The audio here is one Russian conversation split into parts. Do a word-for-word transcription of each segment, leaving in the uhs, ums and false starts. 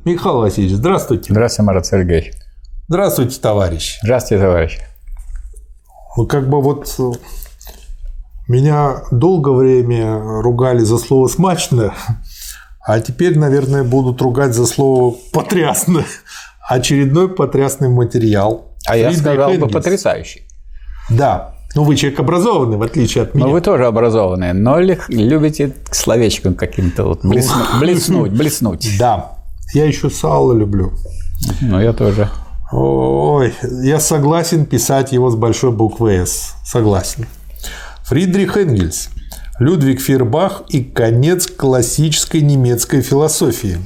Михаил Васильевич, здравствуйте. Здравствуйте, Марат Сергеевич. Здравствуйте, товарищ. Здравствуйте, товарищ. Ну, как бы вот меня долгое время ругали за слово «смачно», а теперь, наверное, будут ругать за слово «потрясно». Очередной потрясный материал. А Фридрих я сказал Энгельс. Бы потрясающий. Да. Ну, вы человек образованный, в отличие от меня. Ну, вы тоже образованный, но любите словечком каким-то вот блеснуть, блеснуть, блеснуть. Да. Я еще сало люблю. Ну, я тоже. Ой, я согласен писать его с большой буквы «С». Согласен. Фридрих Энгельс, Людвиг Фейербах и конец классической немецкой философии.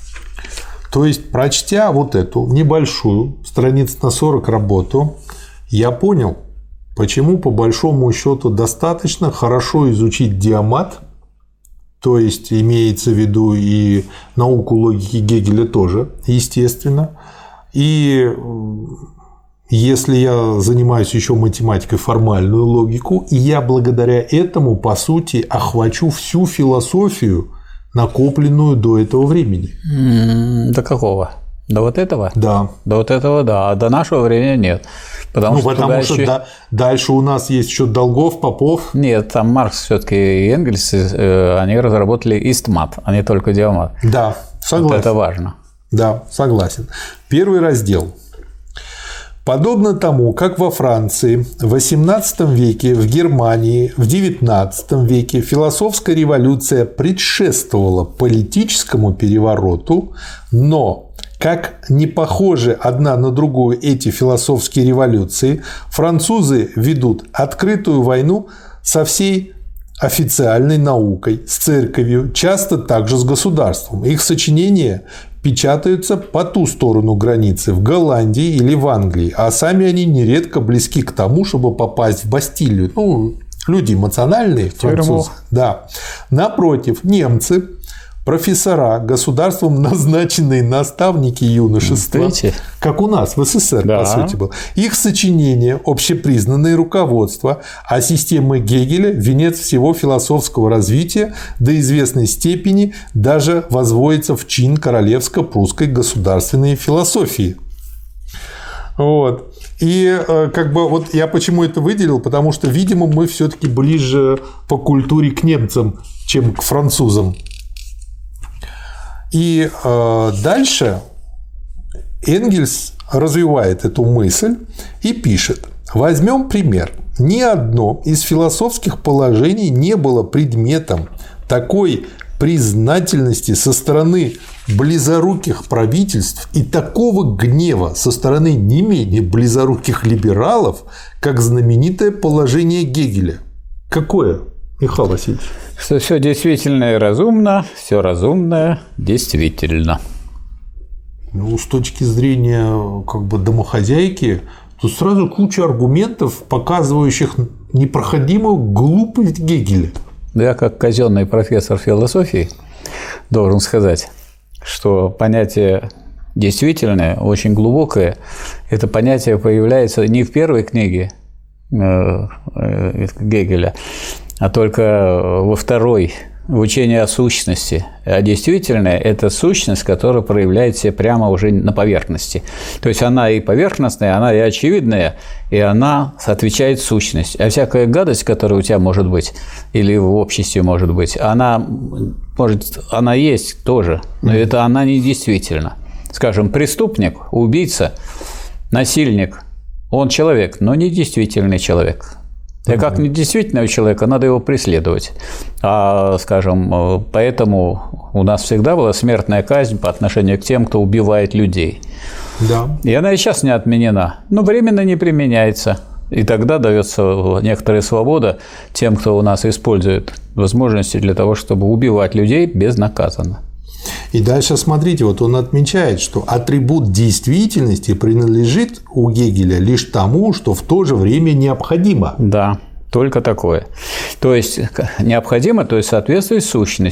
То есть, прочтя вот эту небольшую, страниц на сорок работу, я понял, почему, по большому счету, достаточно хорошо изучить диамат, то есть имеется в виду и науку логики Гегеля тоже, естественно. И если я занимаюсь еще математикой, формальную логику, и я благодаря этому, по сути, охвачу всю философию, накопленную до этого времени. До какого? До вот этого? Да. До вот этого, да. А до нашего времени нет. Потому ну, что, потому что еще... да, дальше у нас есть еще Долгов, Попов. Нет, там Маркс все-таки и Энгельс, они разработали истмат, а не только диамат. Да, согласен. Вот это важно. Да, согласен. Первый раздел. Подобно тому, как во Франции в восемнадцатом веке, в Германии в девятнадцатом веке философская революция предшествовала политическому перевороту, но как не похожи одна на другую эти философские революции, французы ведут открытую войну со всей официальной наукой, с церковью, часто также с государством. Их сочинения печатаются по ту сторону границы, в Голландии или в Англии, а сами они нередко близки к тому, чтобы попасть в Бастилию. Ну, люди эмоциональные, французы. Да. Напротив, немцы, профессора, государством назначенные наставники юношества, Видите? Как у нас в СССР, да. по сути, был. Их сочинения, общепризнанные руководства, а система Гегеля – венец всего философского развития, до известной степени даже возводится в чин королевско-прусской государственной философии. Вот. И как бы вот я почему это выделил, потому что, видимо, мы все-таки ближе по культуре к немцам, чем к французам. И э, дальше Энгельс развивает эту мысль и пишет: возьмем пример. Ни одно из философских положений не было предметом такой признательности со стороны близоруких правительств и такого гнева со стороны не менее близоруких либералов, как знаменитое положение Гегеля. Какое, Михаил Васильевич? Что все действительно и разумно, все разумное действительно. Ну, с точки зрения как бы домохозяйки, тут сразу куча аргументов, показывающих непроходимую глупость Гегеля. Я, как казенный профессор философии, должен сказать, что понятие действительное, очень глубокое, это понятие появляется не в первой книге Гегеля, а только во второй, в учении о сущности. А действительно, это сущность, которая проявляет себя прямо уже на поверхности. То есть она и поверхностная, она и очевидная, и она отвечает сущности. А всякая гадость, которая у тебя может быть, или в обществе может быть, она, может, она есть тоже, но это она не действительна. Скажем, преступник, убийца, насильник, он человек, но не действительный человек. И как недействительного человека надо его преследовать. А, скажем, поэтому у нас всегда была смертная казнь по отношению к тем, кто убивает людей. Да. И она и сейчас не отменена, но временно не применяется. И тогда дается некоторая свобода тем, кто у нас использует возможности для того, чтобы убивать людей безнаказанно. И дальше смотрите, вот он отмечает, что атрибут действительности принадлежит у Гегеля лишь тому, что в то же время необходимо. Да, только такое. То есть необходимо, то есть соответствует сущности.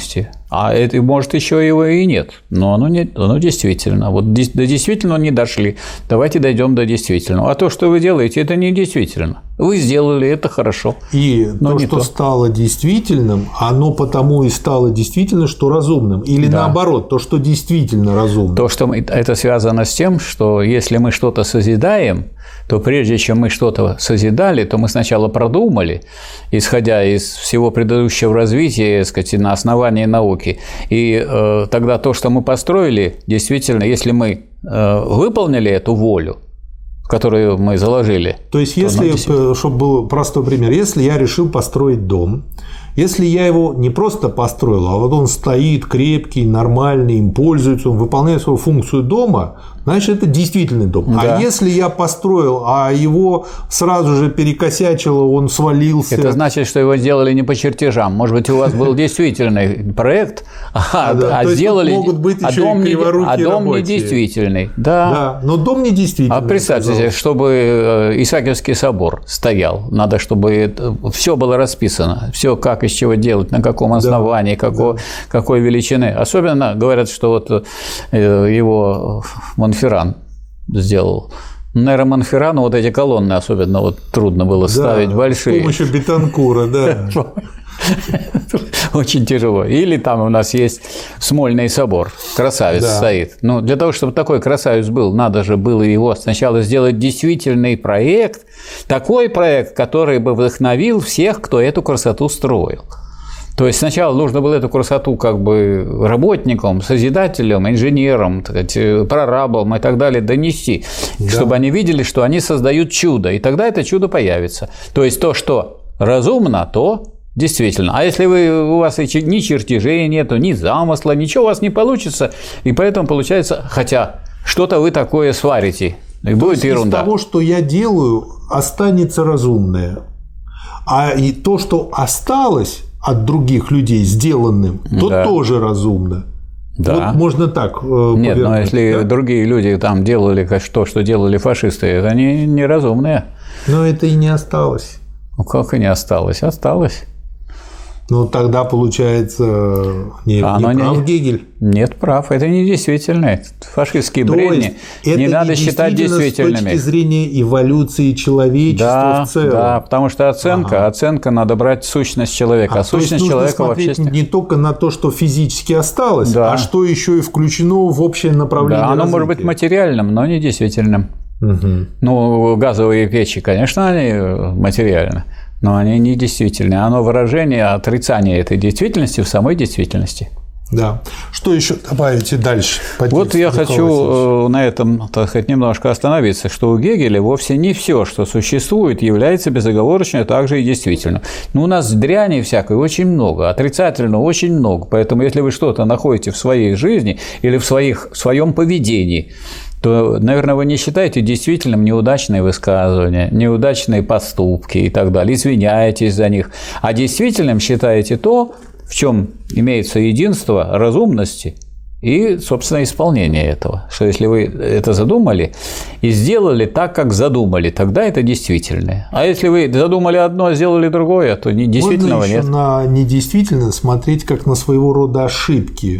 А это, может, еще его и нет, но оно, не, оно действительно. Вот до действительного не дошли. Давайте дойдем до действительного. А то, что вы делаете, это не действительно. Вы сделали это хорошо. И но то, что то. стало действительным, оно потому и стало действительно, что разумным. Или да. наоборот, то, что действительно разумным. То, что мы, это связано с тем, что если мы что-то созидаем, то прежде чем мы что-то созидали, то мы сначала продумали, исходя из всего предыдущего развития, так сказать, на основании науки. И э, тогда то, что мы построили, действительно, если мы э, выполнили эту волю, которую мы заложили. То есть, если, то чтобы был простой пример, если я решил построить дом, если я его не просто построил, а вот он стоит крепкий, нормальный, им пользуются, он выполняет свою функцию дома, значит, это действительный дом. Да. А если я построил, а его сразу же перекосячило, он свалился… Это значит, что его сделали не по чертежам. Может быть, у вас был действительный проект, а, да, а сделали… могут быть еще а дом, и а дом рабочие. недействительный. Да. да, но дом недействительный. А представьте себе, чтобы Исаакиевский собор стоял, надо, чтобы все было расписано, все как из чего делать, на каком основании, да, какой, да. какой величины. Особенно говорят, что вот его Монферран сделал. Наверное, Монферрану вот эти колонны особенно вот трудно было да, ставить большие. С помощью Бетанкура, да. Очень тяжело. Или там у нас есть Смольный собор, красавец да. стоит. Ну, для того, чтобы такой красавец был, надо же было его сначала сделать действительный проект, такой проект, который бы вдохновил всех, кто эту красоту строил. То есть сначала нужно было эту красоту как бы работникам, созидателям, инженерам, так сказать, прорабам и так далее донести, да. чтобы они видели, что они создают чудо, и тогда это чудо появится. То есть то, что разумно, то действительно. А если вы, у вас ни чертежей нету, ни замысла, ничего у вас не получится, и поэтому получается, хотя что-то вы такое сварите, и то будет есть ерунда. Из того, что я делаю, останется разумное. А и то, что осталось от других людей сделанным, то да. тоже разумно. Да. Вот можно так повернуть. Нет, но если да? другие люди там делали то, что делали фашисты, это они неразумные. Но это и не осталось. Ну как и не осталось? Осталось. Ну, тогда, получается, не, Оно не прав не, Гегель? Нет прав, это не действительно. Фашистские То бредни не надо не считать действительными. С точки зрения эволюции человечества да, в целом. Да, потому что оценка, ага. оценка надо брать сущность человека. А, а сущность то человека нужно смотреть вообще… не только на то, что физически осталось, да. а что еще и включено в общее направление Да, оно развития. может быть материальным, но не действительным. Угу. Ну, газовые печи, конечно, они материальны. Но они не действительны. Оно выражение отрицания этой действительности в самой действительности. Да. Что еще добавите дальше? Вот я хочу на этом, так сказать, немножко остановиться, что у Гегеля вовсе не все, что существует, является безоговорочно также и действительным. Но у нас дряни всякой очень много, отрицательного очень много. Поэтому, если вы что-то находите в своей жизни или в, своих, в своем поведении, то, наверное, вы не считаете действительным неудачные высказывания, неудачные поступки и так далее, извиняетесь за них, а действительным считаете то, в чем имеется единство разумности и, собственно, исполнение этого. Что если вы это задумали и сделали так, как задумали, тогда это действительное. А если вы задумали одно, а сделали другое, то действительного нет. Можно еще на недействительное смотреть как на своего рода ошибки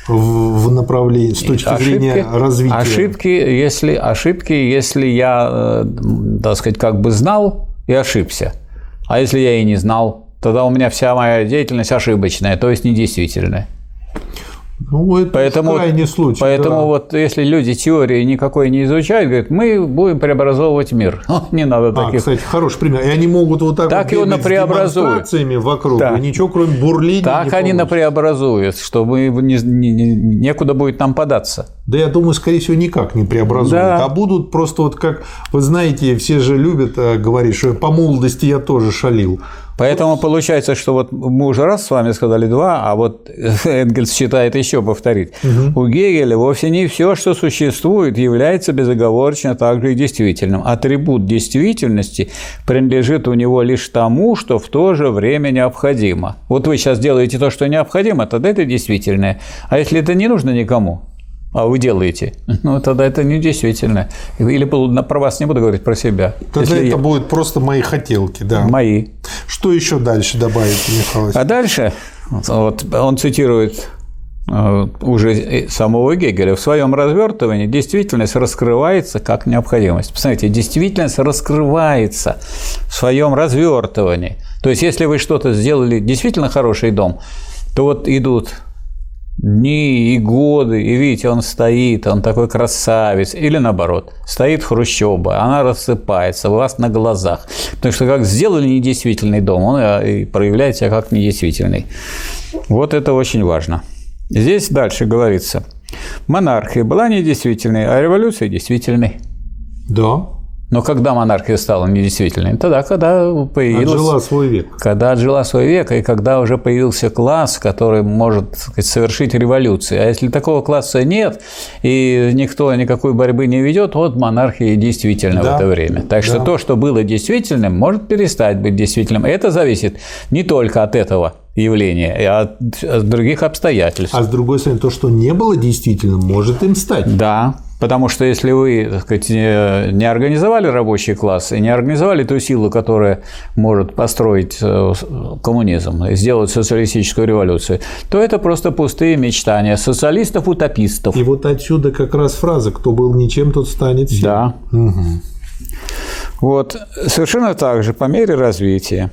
в направлении с точки ошибки, зрения развития. Ошибки, если, ошибки, если я, так сказать, как бы знал и ошибся. А если я и не знал, тогда у меня вся моя деятельность ошибочная, то есть недействительная. Ну, это поэтому, крайний случай. Поэтому да. вот если люди теории никакой не изучают, говорят, мы будем преобразовывать мир. Не надо таких. А, кстати, хороший пример. И они могут вот так, так вот бегать с демонстрациями вокруг, да. и ничего кроме бурления так не они получится. напреобразуют, что мы не, не, некуда будет нам податься. Да, я думаю, скорее всего, никак не преобразуют. Да. А будут просто вот как, вы знаете, все же любят говорить, что по молодости я тоже шалил. Поэтому получается, что вот мы уже раз с вами сказали два, а вот Энгельс считает еще повторить. Угу. У Гегеля вовсе не все, что существует, является безоговорочно также и действительным. Атрибут действительности принадлежит у него лишь тому, что в то же время необходимо. Вот вы сейчас делаете то, что необходимо, тогда это действительное. А если это не нужно никому, а вы делаете, ну, тогда это не действительно. Или про вас не буду говорить, про себя. Тогда Если это я... будут просто мои хотелки, да. Мои. Что еще дальше добавить, Михаил Васильевич? А дальше Вот, он цитирует уже самого Гегеля: в своем развертывании действительность раскрывается как необходимость. Посмотрите, действительность раскрывается в своем развертывании. То есть, если вы что-то сделали действительно хороший дом, то вот идут дни и годы, и видите, он стоит, он такой красавец, или наоборот, стоит хрущоба, она рассыпается у вас на глазах, потому что как сделали недействительный дом, он и проявляет себя как недействительный. Вот это очень важно. Здесь дальше говорится: монархия была недействительной, а революция действительной. Да. Но когда монархия стала недействительной? Тогда, когда появилась... Отжила свой век. Когда отжила свой век, и когда уже появился класс, который может, так сказать, совершить революцию. А если такого класса нет, и никто никакой борьбы не ведет, вот монархия действительно да. в это время. Так да. что то, что было действительным, может перестать быть действительным. Это зависит не только от этого явления, а от, от других обстоятельств. А с другой стороны, то, что не было действительным, может им стать. Да. Потому что если вы, так сказать, не организовали рабочий класс и не организовали ту силу, которая может построить коммунизм и сделать социалистическую революцию, то это просто пустые мечтания социалистов-утопистов. И вот отсюда как раз фраза: кто был ничем, тот станет всем. Да. Угу. Вот. Совершенно так же по мере развития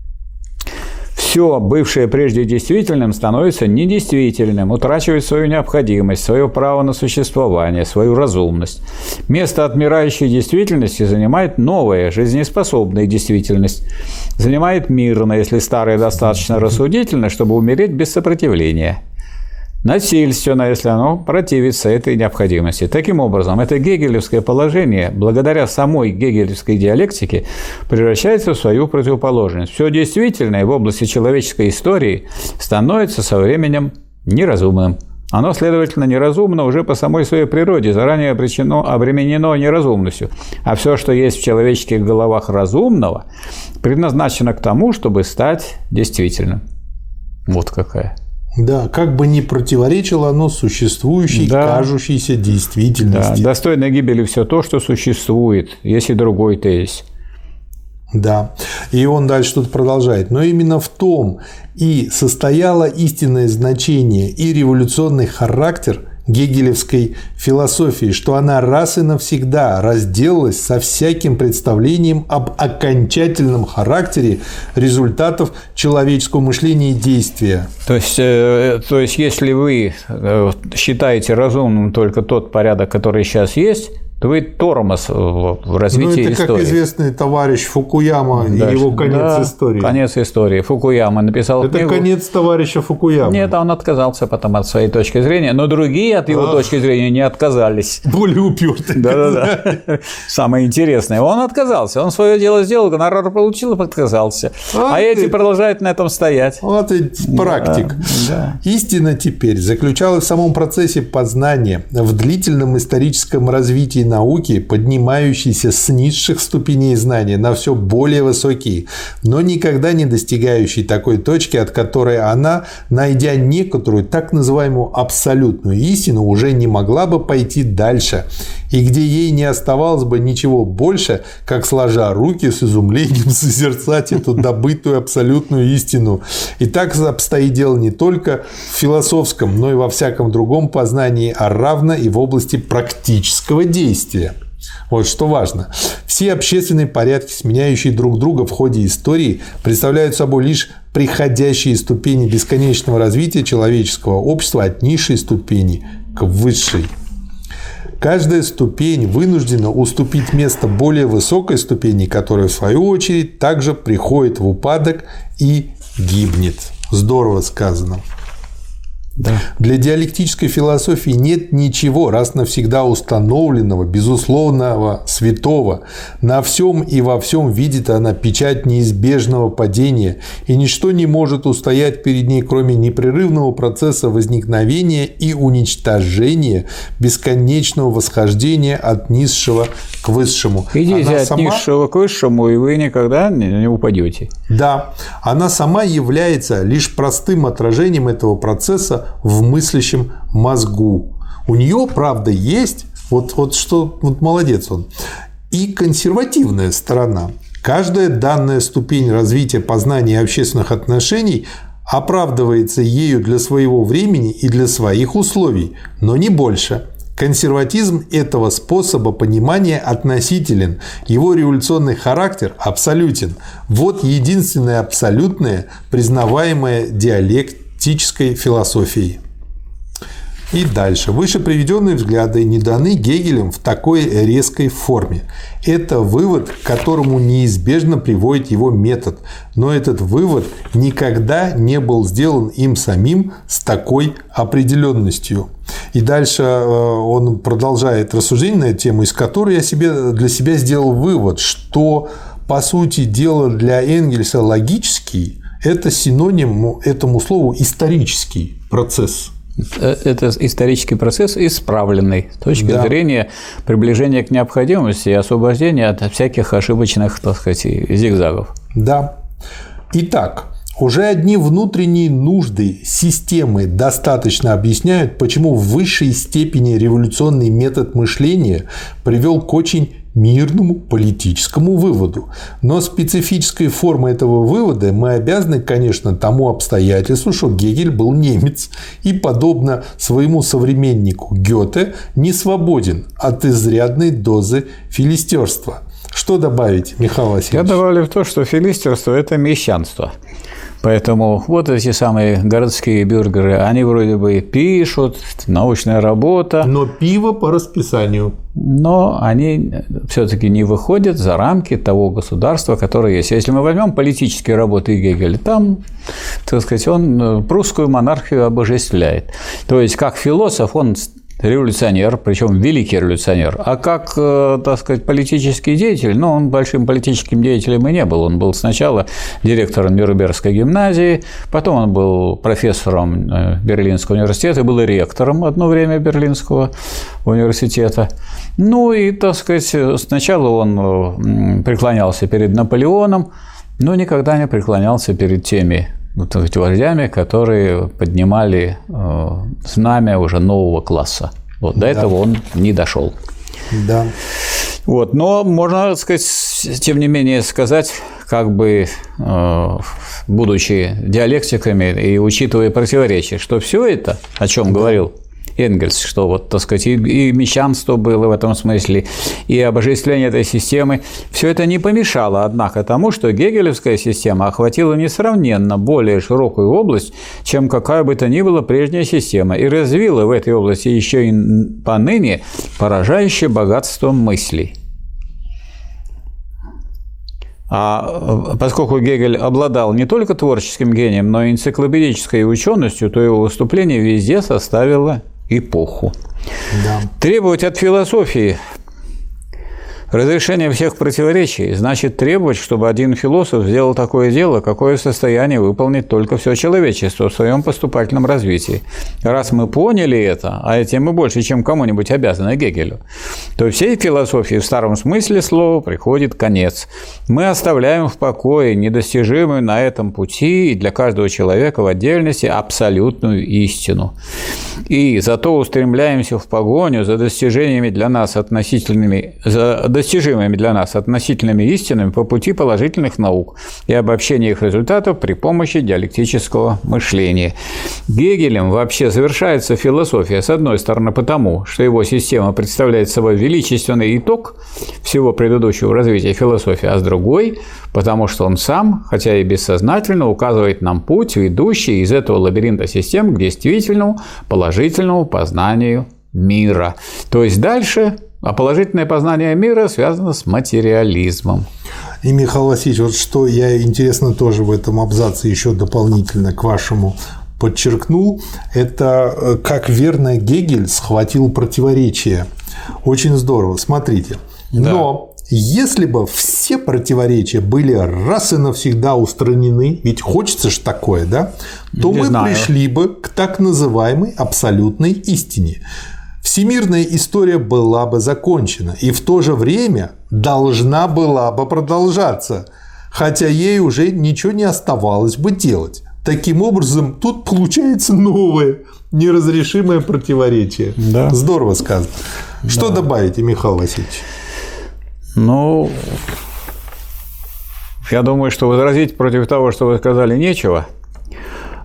все, бывшее прежде действительным, становится недействительным, утрачивает свою необходимость, свое право на существование, свою разумность. Место отмирающей действительности занимает новая, жизнеспособная действительность. Занимает мирно, если старое достаточно рассудительно, чтобы умереть без сопротивления. Насильственно, если оно противится этой необходимости. Таким образом, это гегелевское положение, благодаря самой гегелевской диалектике, превращается в свою противоположность. Все действительное в области человеческой истории становится со временем неразумным. Оно, следовательно, неразумно уже по самой своей природе, заранее обречено, обременено неразумностью. А все, что есть в человеческих головах разумного, предназначено к тому, чтобы стать действительным. Вот какая. Да, как бы ни противоречило оно существующей, да. кажущейся действительности. Да, достойно гибели все то, что существует, если другой тезис. Да, и он дальше тут продолжает. Но именно в том и состояло истинное значение и революционный характер гегелевской философии, что она раз и навсегда разделалась со всяким представлением об окончательном характере результатов человеческого мышления и действия. То есть, э, то есть если вы считаете разумным только тот порядок, который сейчас есть, то вы тормоз в развитии истории. Ну, это истории. Как известный товарищ Фукуяма да, и его конец да, истории. Конец истории. Фукуяма написал это книгу. Это конец товарища Фукуямы. Нет, он отказался потом от своей точки зрения, но другие от его Ах, точки зрения не отказались. Более упертые. Да-да-да. Самое интересное. Он отказался. Он свое дело сделал, гонорар получил и отказался. А, а эти продолжают на этом стоять. Вот ведь практик. Да, да. Истина теперь заключалась в самом процессе познания, в длительном историческом развитии науки, поднимающейся с низших ступеней знания на все более высокие, но никогда не достигающей такой точки, от которой она, найдя некоторую так называемую абсолютную истину, уже не могла бы пойти дальше, и где ей не оставалось бы ничего больше, как, сложа руки, с изумлением созерцать эту добытую абсолютную истину. И так обстоит дело не только в философском, но и во всяком другом познании, а равно и в области практического действия. Вот что важно. Все общественные порядки, сменяющие друг друга в ходе истории, представляют собой лишь приходящие ступени бесконечного развития человеческого общества от низшей ступени к высшей. Каждая ступень вынуждена уступить место более высокой ступени, которая, в свою очередь, также приходит в упадок и гибнет. Здорово сказано. Да. Для диалектической философии нет ничего раз навсегда установленного, безусловного, святого. На всем и во всем видит она печать неизбежного падения, и ничто не может устоять перед ней, кроме непрерывного процесса возникновения и уничтожения, бесконечного восхождения от низшего к высшему. Идите она от сама... низшего к высшему, и вы никогда не упадете. Да, она сама является лишь простым отражением этого процесса в мыслящем мозгу. У нее, правда, есть, вот, вот что, вот молодец он, и консервативная сторона. Каждая данная ступень развития познания общественных отношений оправдывается ею для своего времени и для своих условий, но не больше. Консерватизм этого способа понимания относителен, его революционный характер абсолютен. Вот единственное абсолютное, признаваемое диалектической философией. И дальше. Выше приведенные взгляды не даны Гегелем в такой резкой форме. Это вывод, к которому неизбежно приводит его метод. Но этот вывод никогда не был сделан им самим с такой определенностью. И дальше он продолжает рассуждение на эту тему, из которой я себе, для себя сделал вывод, что, по сути дела, для Энгельса логический – это синоним этому слову исторический процесс. Это исторический процесс, исправленный с точки да. зрения приближения к необходимости и освобождения от всяких ошибочных, так сказать, зигзагов. Да. Итак, уже одни внутренние нужды системы достаточно объясняют, почему в высшей степени революционный метод мышления привел к очень мирному политическому выводу. Но специфической формой этого вывода мы обязаны, конечно, тому обстоятельству, что Гегель был немец и, подобно своему современнику Гёте, не свободен от изрядной дозы филистерства. Что добавить, Михаил Васильевич? Я добавлю в то, что филистерство – это мещанство. Поэтому вот эти самые городские бюргеры, они вроде бы пишут, научная работа. Но пиво по расписанию. Но они все-таки не выходят за рамки того государства, которое есть. Если мы возьмем политические работы Гегеля, там, так сказать, он прусскую монархию обожествляет. То есть, как философ, он революционер, причем великий революционер, а как, так сказать, политический деятель, ну, он большим политическим деятелем и не был. Он был сначала директором Нюрнбергской гимназии, потом он был профессором Берлинского университета, был и ректором одно время Берлинского университета. Ну и, так сказать, сначала он преклонялся перед Наполеоном, но никогда не преклонялся перед теми вот эти вождями, которые поднимали э, знамя уже нового класса. Вот, до да. этого он не дошел. Да. Вот, но можно, так сказать, тем не менее сказать, как бы, э, будучи диалектиками и учитывая противоречия, что все это, о чем да. говорил Энгельс, что вот, так сказать, и, и мещанство было в этом смысле, и обожествление этой системы, все это не помешало, однако, тому, что гегелевская система охватила несравненно более широкую область, чем какая бы то ни была прежняя система, и развила в этой области еще и поныне поражающее богатство мыслей. А поскольку Гегель обладал не только творческим гением, но и энциклопедической ученостью, то его выступление везде составило эпоху. Да. Требовать от философии разрешения всех противоречий значит требовать, чтобы один философ сделал такое дело, какое в состоянии выполнить только все человечество в своем поступательном развитии. Раз мы поняли это, а этим мы больше, чем кому-нибудь обязаны Гегелю, то всей философии в старом смысле слова приходит конец. Мы оставляем в покое недостижимую на этом пути и для каждого человека в отдельности абсолютную истину. И зато устремляемся в погоню за достижениями для нас относительными, за достижимыми для нас относительными истинами по пути положительных наук и обобщения их результатов при помощи диалектического мышления. Гегелем вообще завершается философия, с одной стороны, потому, что его система представляет собой величественный итог всего предыдущего развития философии, а с другой, потому что он сам, хотя и бессознательно, указывает нам путь, ведущий из этого лабиринта систем к действительному положительному познанию мира. То есть дальше... А положительное познание мира связано с материализмом. И, Михаил Васильевич, вот что я интересно тоже в этом абзаце еще дополнительно к вашему подчеркнул, это как верно Гегель схватил противоречия. Очень здорово, смотрите. Да. Но если бы все противоречия были раз и навсегда устранены, ведь хочется же такое, да, то Не мы знаю. пришли бы к так называемой абсолютной истине. Всемирная история была бы закончена и в то же время должна была бы продолжаться, хотя ей уже ничего не оставалось бы делать. Таким образом, тут получается новое неразрешимое противоречие. Да. Здорово сказано. Да. Что добавите, Михаил Васильевич? Ну, я думаю, что возразить против того, что вы сказали, нечего.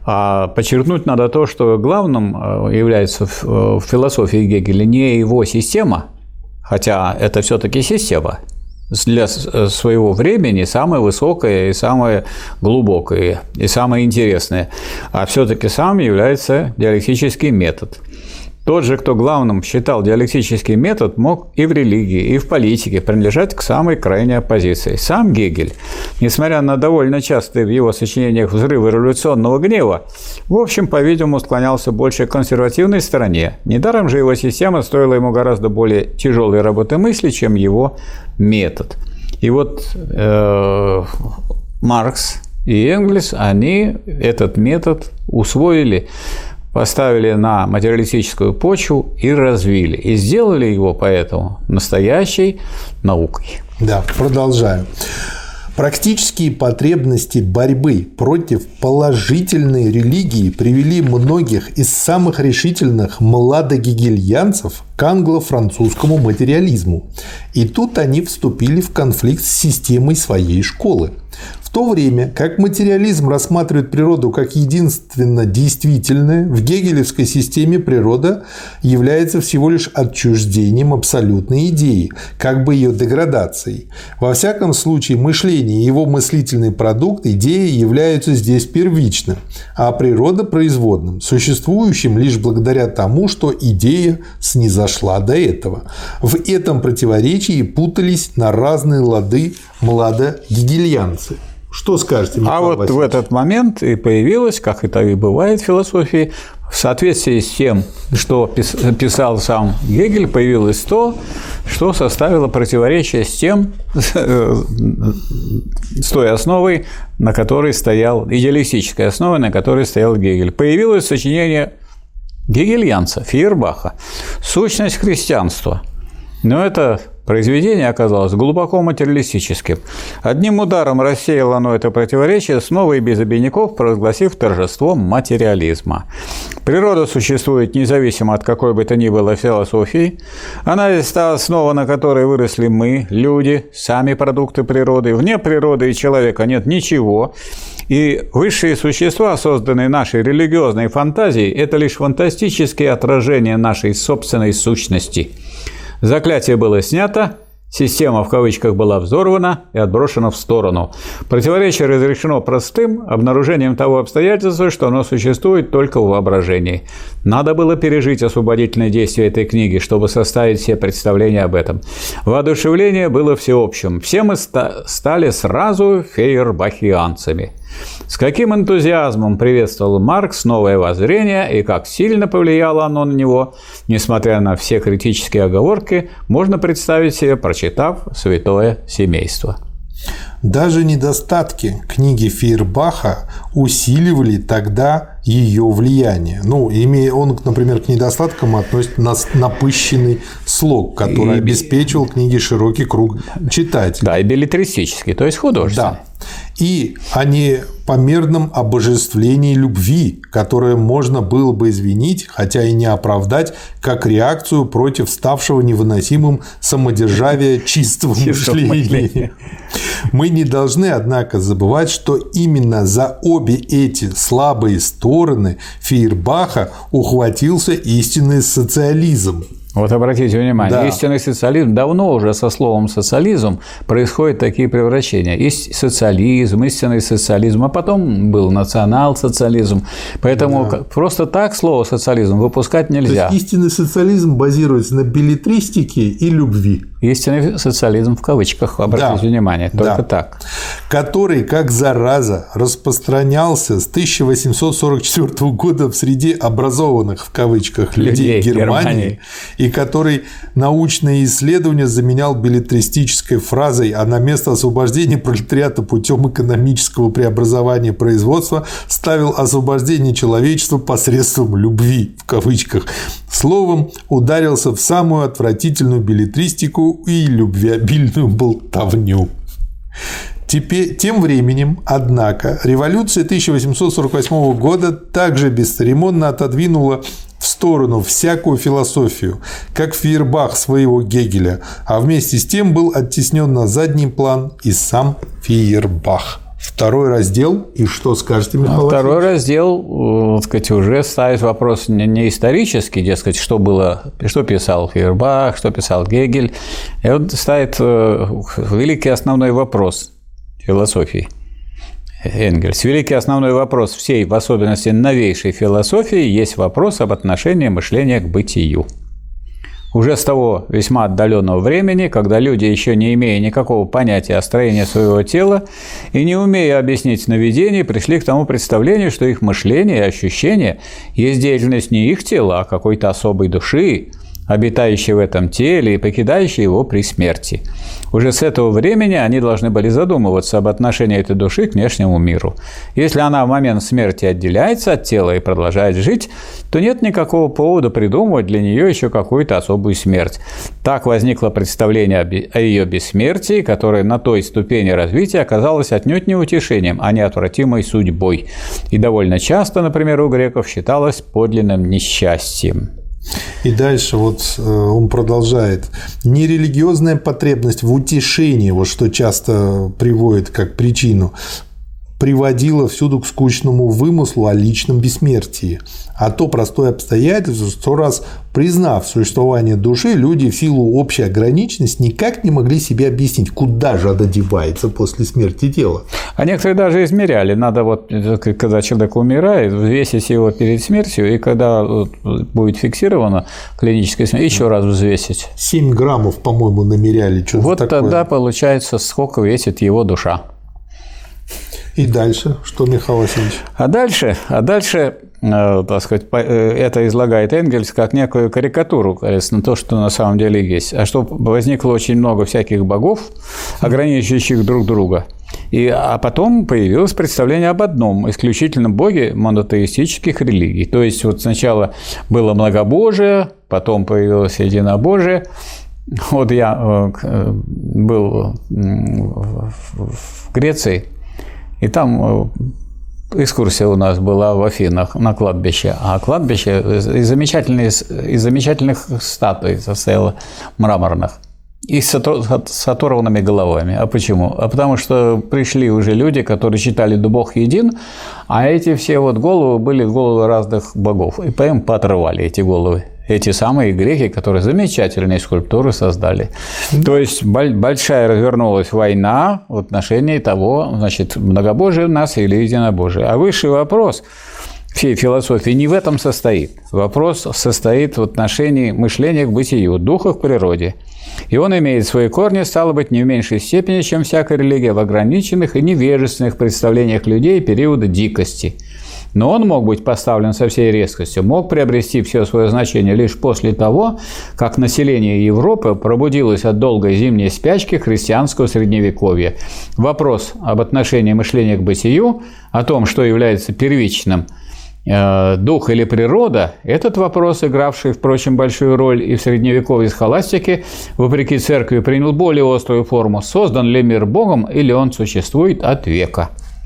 А подчеркнуть надо то, что главным является в философии Гегеля не его система, хотя это все-таки система, для своего времени самое высокое и самое глубокое и самое интересное, а все-таки сам является диалектический метод. Тот же, кто главным считал диалектический метод, мог и в религии, и в политике принадлежать к самой крайней оппозиции. Сам Гегель, несмотря на довольно частые в его сочинениях взрывы революционного гнева, в общем, по-видимому, склонялся больше к консервативной стороне. Недаром же его система стоила ему гораздо более тяжелой работы мысли, чем его метод. И вот э, Маркс и Энгельс, они этот метод усвоили, поставили на материалистическую почву и развили. И сделали его поэтому настоящей наукой. Да, продолжаю. Практические потребности борьбы против положительной религии привели многих из самых решительных младогегельянцев к англо-французскому материализму. И тут они вступили в конфликт с системой своей школы. В то время как материализм рассматривает природу как единственно действительное, в гегелевской системе природа является всего лишь отчуждением абсолютной идеи, как бы ее деградацией. Во всяком случае, мышление и его мыслительный продукт, идеи, являются здесь первичным, а природа – производным, существующим лишь благодаря тому, что идея снизошла до этого. В этом противоречии путались на разные лады младогегельянцы. Что скажете, Михаил А вот Васильевич? в этот момент и появилось, как это и бывает в философии, в соответствии с тем, что писал сам Гегель, появилось то, что составило противоречие с тем, с той основой, на которой стоял, идеалистической основой, на которой стоял Гегель. Появилось сочинение гегельянца Фейербаха «Сущность христианства». Но это произведение оказалось глубоко материалистическим. Одним ударом рассеяло оно это противоречие, снова и без обиняков провозгласив торжество материализма. Природа существует независимо от какой бы то ни было философии. Она есть та основа, на которой выросли мы, люди, сами продукты природы. Вне природы и человека нет ничего. И высшие существа, созданные нашей религиозной фантазией, это лишь фантастические отражения нашей собственной сущности. Заклятие было снято, система в кавычках была взорвана и отброшена в сторону. Противоречие разрешено простым обнаружением того обстоятельства, что оно существует только в воображении. Надо было пережить освободительное действие этой книги, чтобы составить все представления об этом. Воодушевление было всеобщим. Все мы ста- стали сразу фейербахианцами. С каким энтузиазмом приветствовал Маркс новое воззрение и как сильно повлияло оно на него, несмотря на все критические оговорки, можно представить себе, прочитав «Святое семейство». Даже недостатки книги Фейербаха усиливали тогда ее влияние. Ну, имея он, например, к недостаткам относит напыщенный слог, который и... обеспечивал книге широкий круг читателей. Да, и беллетристический, то есть художественный. Да. И о непомерном обожествлении любви, которое можно было бы извинить, хотя и не оправдать, как реакцию против ставшего невыносимым самодержавия чистого мышления. Мы не должны, однако, забывать, что именно за обе эти слабые стороны Фейербаха ухватился истинный социализм. Вот обратите внимание, да. Истинный социализм, давно уже со словом социализм происходят такие превращения. Есть социализм, истинный социализм, а потом был национал-социализм. Поэтому да. просто так слово социализм выпускать нельзя. То есть истинный социализм базируется на беллетристике и любви. Истинный социализм в кавычках, обратите да. внимание, только да. так. Который, как зараза, распространялся с тысяча восемьсот сорок четвёртого года в среде образованных в кавычках людей, людей Германии, Германии, и который научные исследования заменял беллетристической фразой, а на место освобождения пролетариата путем экономического преобразования производства ставил освобождение человечества посредством любви в кавычках. Словом, ударился в самую отвратительную беллетристику и любвеобильную болтовню. Теперь, тем временем, однако, революция тысяча восемьсот сорок восьмого года также бесцеремонно отодвинула в сторону всякую философию, как Фейербах своего Гегеля, а вместе с тем был оттеснен на задний план и сам Фейербах. Второй раздел, и что скажете, Михаил Васильевич? Второй раздел, так сказать, уже ставит вопрос не исторический, дескать, что было, что писал Фейербах, что писал Гегель. И вот ставит великий основной вопрос философии Энгельс. Великий основной вопрос всей, в особенности новейшей философии, есть вопрос об отношении мышления к бытию. Уже с того весьма отдаленного времени, когда люди, еще не имея никакого понятия о строении своего тела и не умея объяснить сновидений, пришли к тому представлению, что их мышление и ощущения есть деятельность не их тела, а какой-то особой души, обитающей в этом теле и покидающей его при смерти. Уже с этого времени они должны были задумываться об отношении этой души к внешнему миру. Если она в момент смерти отделяется от тела и продолжает жить, то нет никакого повода придумывать для нее еще какую-то особую смерть. Так возникло представление о ее бессмертии, которое на той ступени развития оказалось отнюдь не утешением, а неотвратимой судьбой. И довольно часто, например, у греков считалось подлинным несчастьем. И дальше вот он продолжает. Нерелигиозная потребность в утешении, вот что часто приводит как причину, приводила всюду к скучному вымыслу о личном бессмертии. А то простое обстоятельство, что раз признав существование души, люди в силу общей ограниченности никак не могли себе объяснить, куда же она девается после смерти тела. А некоторые даже измеряли. Надо вот, когда человек умирает, взвесить его перед смертью, и когда будет фиксировано клиническая смерть, еще раз взвесить. семь граммов, по-моему, намеряли. Вот такое. Тогда получается, сколько весит его душа. И дальше что, Михаил Васильевич? А дальше, а дальше, э, так сказать, это излагает Энгельс как некую карикатуру, на то, что на самом деле есть. А что возникло очень много всяких богов, ограничивающих друг друга. И, а потом появилось представление об одном исключительном боге монотеистических религий. То есть вот сначала было многобожие, потом появилось единобожие. Вот я э, был в Греции. И там экскурсия у нас была в Афинах на кладбище. А кладбище из замечательных, из замечательных статуй состояло, мраморных, и с оторванными головами. А почему? А потому что пришли уже люди, которые считали, что Бог един, а эти все вот головы были головы разных богов. И поэтому поотрывали эти головы. Эти самые греки, которые замечательные скульптуры создали. То есть большая развернулась война в отношении того, значит, многобожие у нас или единобожие. А высший вопрос всей философии не в этом состоит. Вопрос состоит в отношении мышления к бытию, духа к природе. И он имеет свои корни, стало быть, не в меньшей степени, чем всякая религия, в ограниченных и невежественных представлениях людей периода дикости. Но он мог быть поставлен со всей резкостью, мог приобрести все свое значение лишь после того, как население Европы пробудилось от долгой зимней спячки христианского средневековья. Вопрос об отношении мышления к бытию, о том, что является первичным, э, дух или природа, этот вопрос, игравший, впрочем, большую роль и в средневековой схоластике, вопреки церкви, принял более острую форму. Создан ли мир Богом или он существует от века?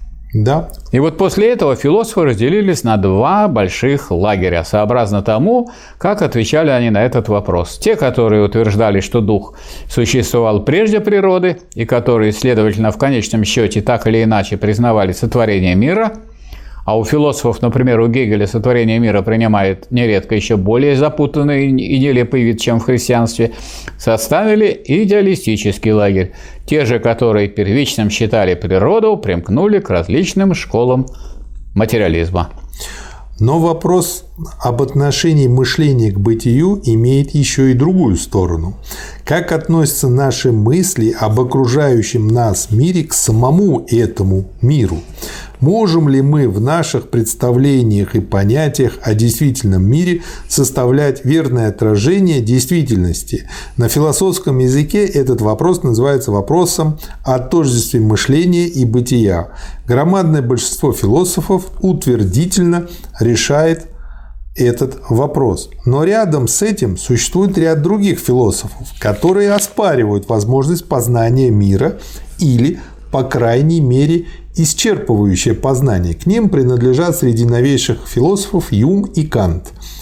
Да. И вот после этого философы разделились на два больших лагеря, сообразно тому, как отвечали они на этот вопрос. Те, которые утверждали, что дух существовал прежде природы, и которые, следовательно, в конечном счете так или иначе признавали сотворение мира, а у философов, например, у Гегеля сотворение мира принимает нередко еще более запутанный и нелепый вид, чем в христианстве, составили идеалистический лагерь. Те же, которые первичным считали природу, примкнули к различным школам материализма. Но вопрос об отношении мышления к бытию имеет еще и другую сторону. Как относятся наши мысли об окружающем нас мире к самому этому миру? Можем ли мы в наших представлениях и понятиях о действительном мире составлять верное отражение действительности? На философском языке этот вопрос называется вопросом о тождестве мышления и бытия. Громадное большинство философов утвердительно решает этот вопрос. Но рядом с этим существует ряд других философов, которые оспаривают возможность познания мира или, по крайней мере, исчерпывающее познание. К ним принадлежат среди новейших философов Юм и Кант.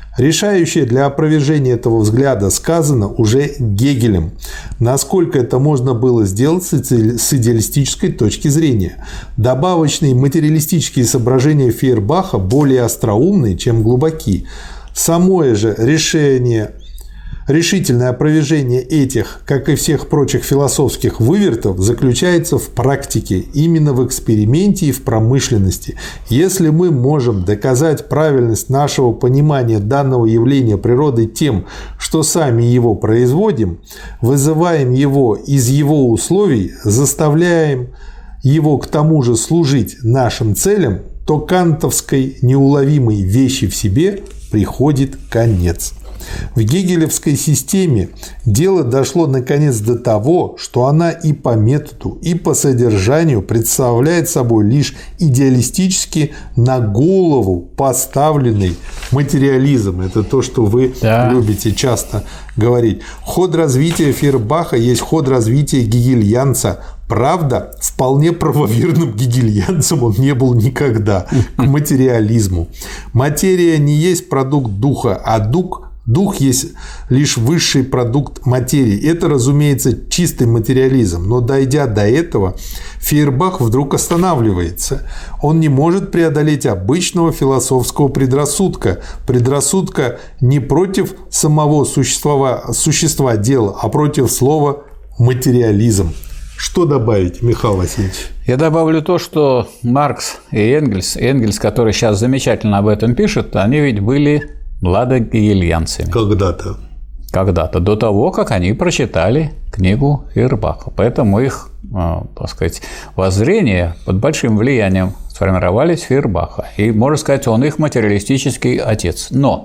Решающее для опровержения этого взгляда сказано уже Гегелем. Насколько это можно было сделать с идеалистической точки зрения? Добавочные материалистические соображения Фейербаха более остроумны, чем глубоки. Самое же решение, решительное опровержение этих, как и всех прочих философских вывертов, заключается в практике, именно в эксперименте и в промышленности. Если мы можем доказать правильность нашего понимания данного явления природы тем, что сами его производим, вызываем его из его условий, заставляем его к тому же служить нашим целям, то кантовской неуловимой вещи в себе приходит конец. В гегелевской системе дело дошло наконец до того, что она и по методу, и по содержанию представляет собой лишь идеалистически на голову поставленный материализм. Это то, что вы да. любите часто говорить. Ход развития Фейербаха есть ход развития гегельянца. Правда, вполне правоверным гегельянцем он не был никогда, к материализму. Материя не есть продукт духа, а дух Дух есть лишь высший продукт материи. Это, разумеется, чистый материализм. Но, дойдя до этого, Фейербах вдруг останавливается. Он не может преодолеть обычного философского предрассудка. Предрассудка не против самого существа, существа дела, а против слова «материализм». Что добавить, Михаил Васильевич? Я добавлю то, что Маркс и Энгельс, Энгельс, который сейчас замечательно об этом пишет, они ведь были младогегельянцами. Когда-то. Когда-то, до того, как они прочитали книгу Фейербаха. Поэтому их, так сказать, воззрения под большим влиянием сформировались Фейербаха. И, можно сказать, он их материалистический отец. Но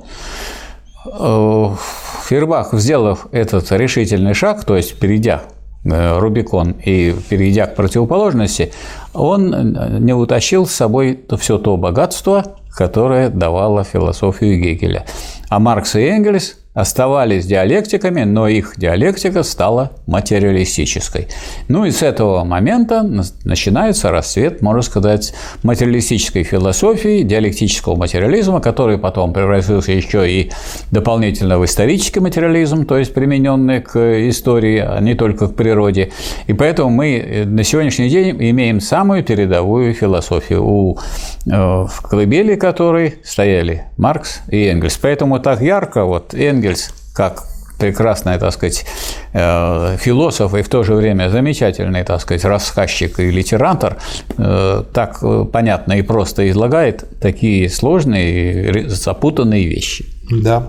Фейербах, сделав этот решительный шаг, то есть перейдя Рубикон и перейдя к противоположности, он не утащил с собой все то богатство, которое давала философию Гегеля. А Маркс и Энгельс оставались диалектиками, но их диалектика стала материалистической. Ну и с этого момента начинается расцвет, можно сказать, материалистической философии, диалектического материализма, который потом превратился еще и дополнительно в исторический материализм, то есть примененный к истории, а не только к природе. И поэтому мы на сегодняшний день имеем самую передовую философию, у в колыбели которой стояли Маркс и Энгельс. Поэтому так ярко вот Энгельс как прекрасный, так сказать, философ и в то же время замечательный, так сказать, рассказчик и литератор, так понятно и просто излагает такие сложные, запутанные вещи. Да.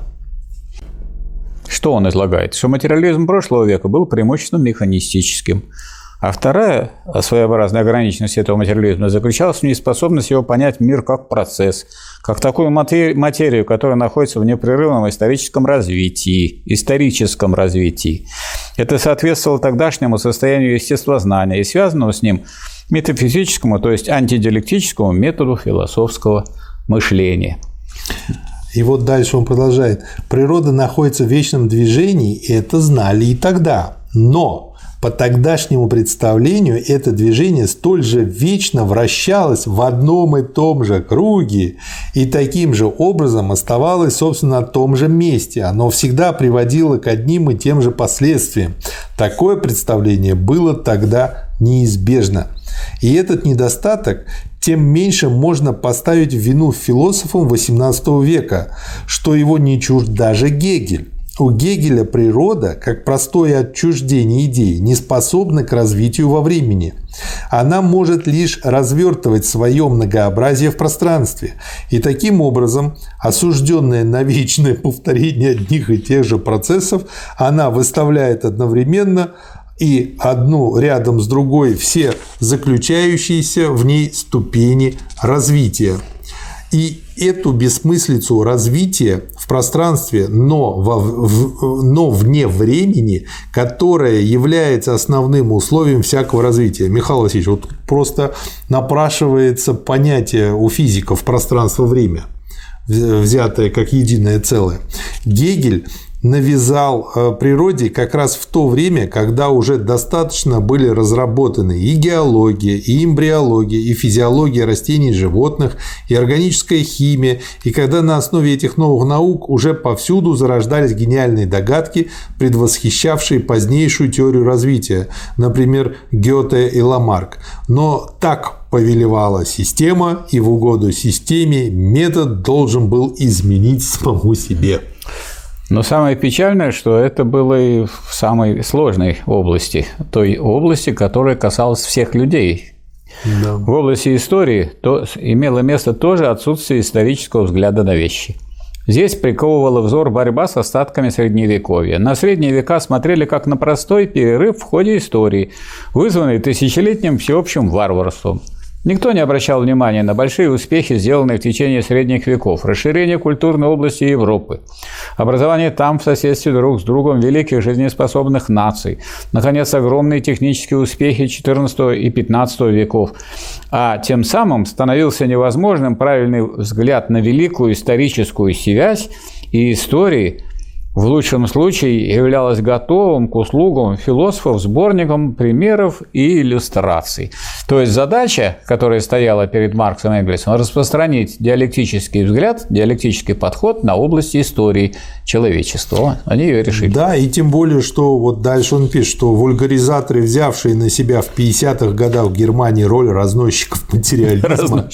Что он излагает? Что материализм прошлого века был преимущественно механистическим. А вторая своеобразная ограниченность этого материализма заключалась в неспособности его понять мир как процесс, как такую материю, которая находится в непрерывном историческом развитии, историческом развитии. Это соответствовало тогдашнему состоянию естествознания и связанному с ним метафизическому, то есть антидиалектическому методу философского мышления. И вот дальше он продолжает. Природа находится в вечном движении, и это знали и тогда. Но по тогдашнему представлению это движение столь же вечно вращалось в одном и том же круге и таким же образом оставалось, собственно, на том же месте. Оно всегда приводило к одним и тем же последствиям. Такое представление было тогда неизбежно. И этот недостаток тем меньше можно поставить в вину философам восемнадцатого века, что его не чужд даже Гегель. У Гегеля природа, как простое отчуждение идей, не способна к развитию во времени. Она может лишь развертывать свое многообразие в пространстве. И таким образом, осужденная на вечное повторение одних и тех же процессов, она выставляет одновременно и одну рядом с другой все заключающиеся в ней ступени развития. И эту бессмыслицу развития в пространстве, но, во, в, но вне времени, которая является основным условием всякого развития. Михаил Васильевич, вот просто напрашивается понятие у физиков пространство-время, взятое как единое целое. Гегель навязал природе как раз в то время, когда уже достаточно были разработаны и геология, и эмбриология, и физиология растений и животных, и органическая химия, и когда на основе этих новых наук уже повсюду зарождались гениальные догадки, предвосхищавшие позднейшую теорию развития, например, Гёте и Ламарк. Но так повелевала система, и в угоду системе метод должен был изменить самому себе. Но самое печальное, что это было и в самой сложной области, той области, которая касалась всех людей. Да. В области истории то имело место тоже отсутствие исторического взгляда на вещи. Здесь приковывала взор борьба с остатками Средневековья. На Средние века смотрели как на простой перерыв в ходе истории, вызванный тысячелетним всеобщим варварством. Никто не обращал внимания на большие успехи, сделанные в течение средних веков, расширение культурной области Европы, образование там в соседстве друг с другом великих жизнеспособных наций, наконец, огромные технические успехи четырнадцатого и пятнадцатого веков. А тем самым становился невозможным правильный взгляд на великую историческую связь и истории, в лучшем случае являлась готовым к услугам философов сборником примеров и иллюстраций. То есть задача, которая стояла перед Марксом и Энгельсом, распространить диалектический взгляд, диалектический подход на области истории человечества. Они ее решили. Да, и тем более, что вот дальше он пишет, что вульгаризаторы, взявшие на себя в пятидесятых годах в Германии роль разносчиков материализма,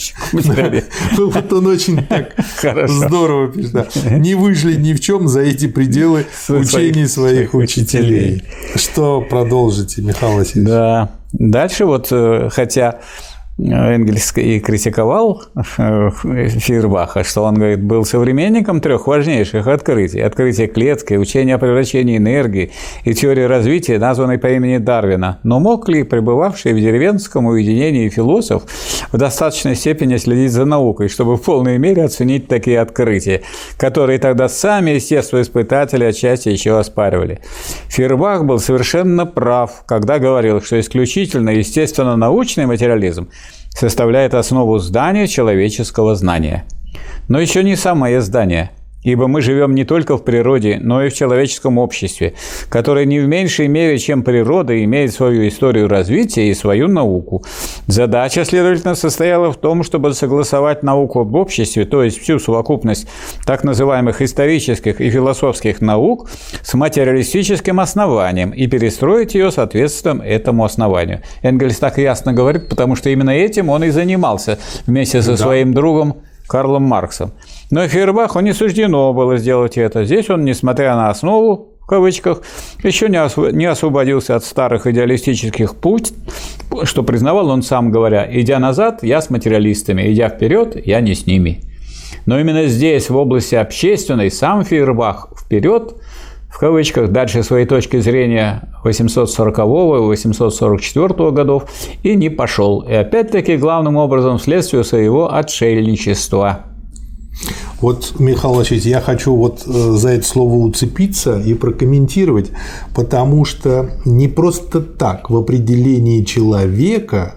вот он очень так здорово пишет, не вышли ни в чем за эти пределы делы учений своих, своих учителей. Что продолжите, Михаил Васильевич? Да. Дальше вот, хотя Энгельс и критиковал Фейербаха, что он, говорит, был современником трех важнейших открытий. Открытие клетки, учение о превращении энергии и теория развития, названной по имени Дарвина. Но мог ли пребывавший в деревенском уединении философ в достаточной степени следить за наукой, чтобы в полной мере оценить такие открытия, которые тогда сами естествоиспытатели отчасти еще оспаривали? Фейербах был совершенно прав, когда говорил, что исключительно естественно-научный материализм составляет основу здания человеческого знания. Но еще не самое здание, ибо мы живем не только в природе, но и в человеческом обществе, которое не в меньшей мере, чем природа, имеет свою историю развития и свою науку. Задача, следовательно, состояла в том, чтобы согласовать науку об обществе, то есть всю совокупность так называемых исторических и философских наук, с материалистическим основанием и перестроить ее соответственно этому основанию. Энгельс так ясно говорит, потому что именно этим он и занимался вместе со да. своим другом Карлом Марксом. Но Фейербаху не суждено было сделать это. Здесь он, несмотря на основу, в кавычках, еще не освободился от старых идеалистических путь, что признавал он сам, говоря: «Идя назад, я с материалистами, идя вперед, я не с ними». Но именно здесь, в области общественной, сам Фейербах вперед, в кавычках, дальше своей точки зрения восемьсот сорокового и восемьсот сорок четвёртого годов и не пошел. И опять-таки главным образом вследствие своего отшельничества. Вот, Михаил Васильевич, я хочу вот за это слово уцепиться и прокомментировать, потому что не просто так в определении человека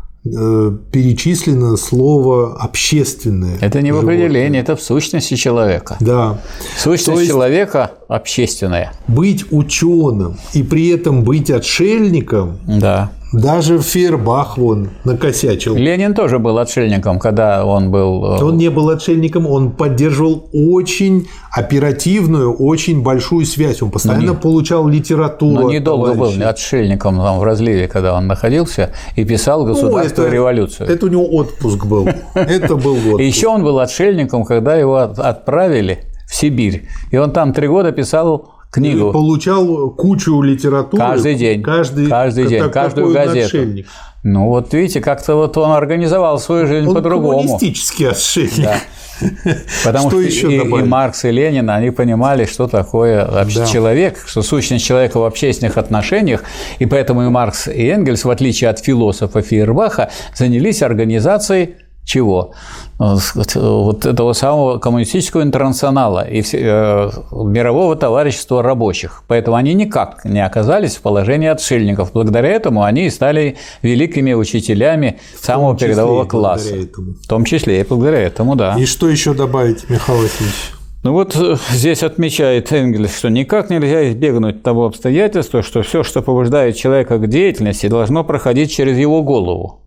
перечислено слово «общественное». Это не животное. В определении, это в сущности человека. Да. Сущность есть, человека общественная. Быть ученым и при этом быть отшельником. Да. Даже Фейербах вон накосячил. Ленин тоже был отшельником, когда он был… Он не был отшельником, он поддерживал очень оперативную, очень большую связь. Он постоянно не, получал литературу. Но недолго был отшельником там в разливе, когда он находился и писал «Государство и революцию». Это у него отпуск был. Это был отпуск. И еще он был отшельником, когда его отправили в Сибирь. И он там три года писал книгу. И получал кучу литературы. Каждый день. Каждый, каждый день, каждую газету. Отшельник. Ну, вот видите, как-то вот он организовал свою жизнь он по-другому. Он коммунистический отшельник. Да. Потому что, что и, и Маркс, и Ленин, они понимали, что такое да. человек, что сущность человека в общественных отношениях, и поэтому и Маркс, и Энгельс, в отличие от философа Фейербаха, занялись организацией чего? Вот этого самого коммунистического интернационала и мирового товарищества рабочих. Поэтому они никак не оказались в положении отшельников. Благодаря этому они стали великими учителями самого передового класса. В том числе и благодаря этому, да. И что еще добавить, Михаил Васильевич? Ну вот здесь отмечает Энгельс, что никак нельзя избегнуть того обстоятельства, что все, что побуждает человека к деятельности, должно проходить через его голову.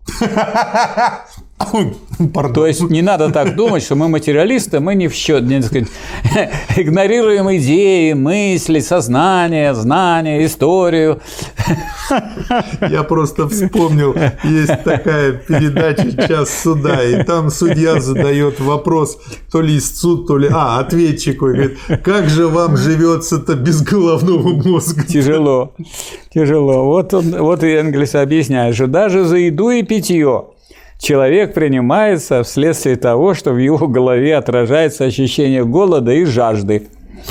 То есть не надо так думать, что мы материалисты, мы не в счет, не, так сказать, игнорируем идеи, мысли, сознание, знания, историю. Я просто вспомнил, есть такая передача «Час суда», и там судья задает вопрос то ли истцу, то ли… А, ответчику, и говорит, как же вам живется-то без головного мозга? Тяжело, тяжело. Вот, он, вот и Энгельс объясняет, что даже за еду и питье человек принимается вследствие того, что в его голове отражается ощущение голода и жажды,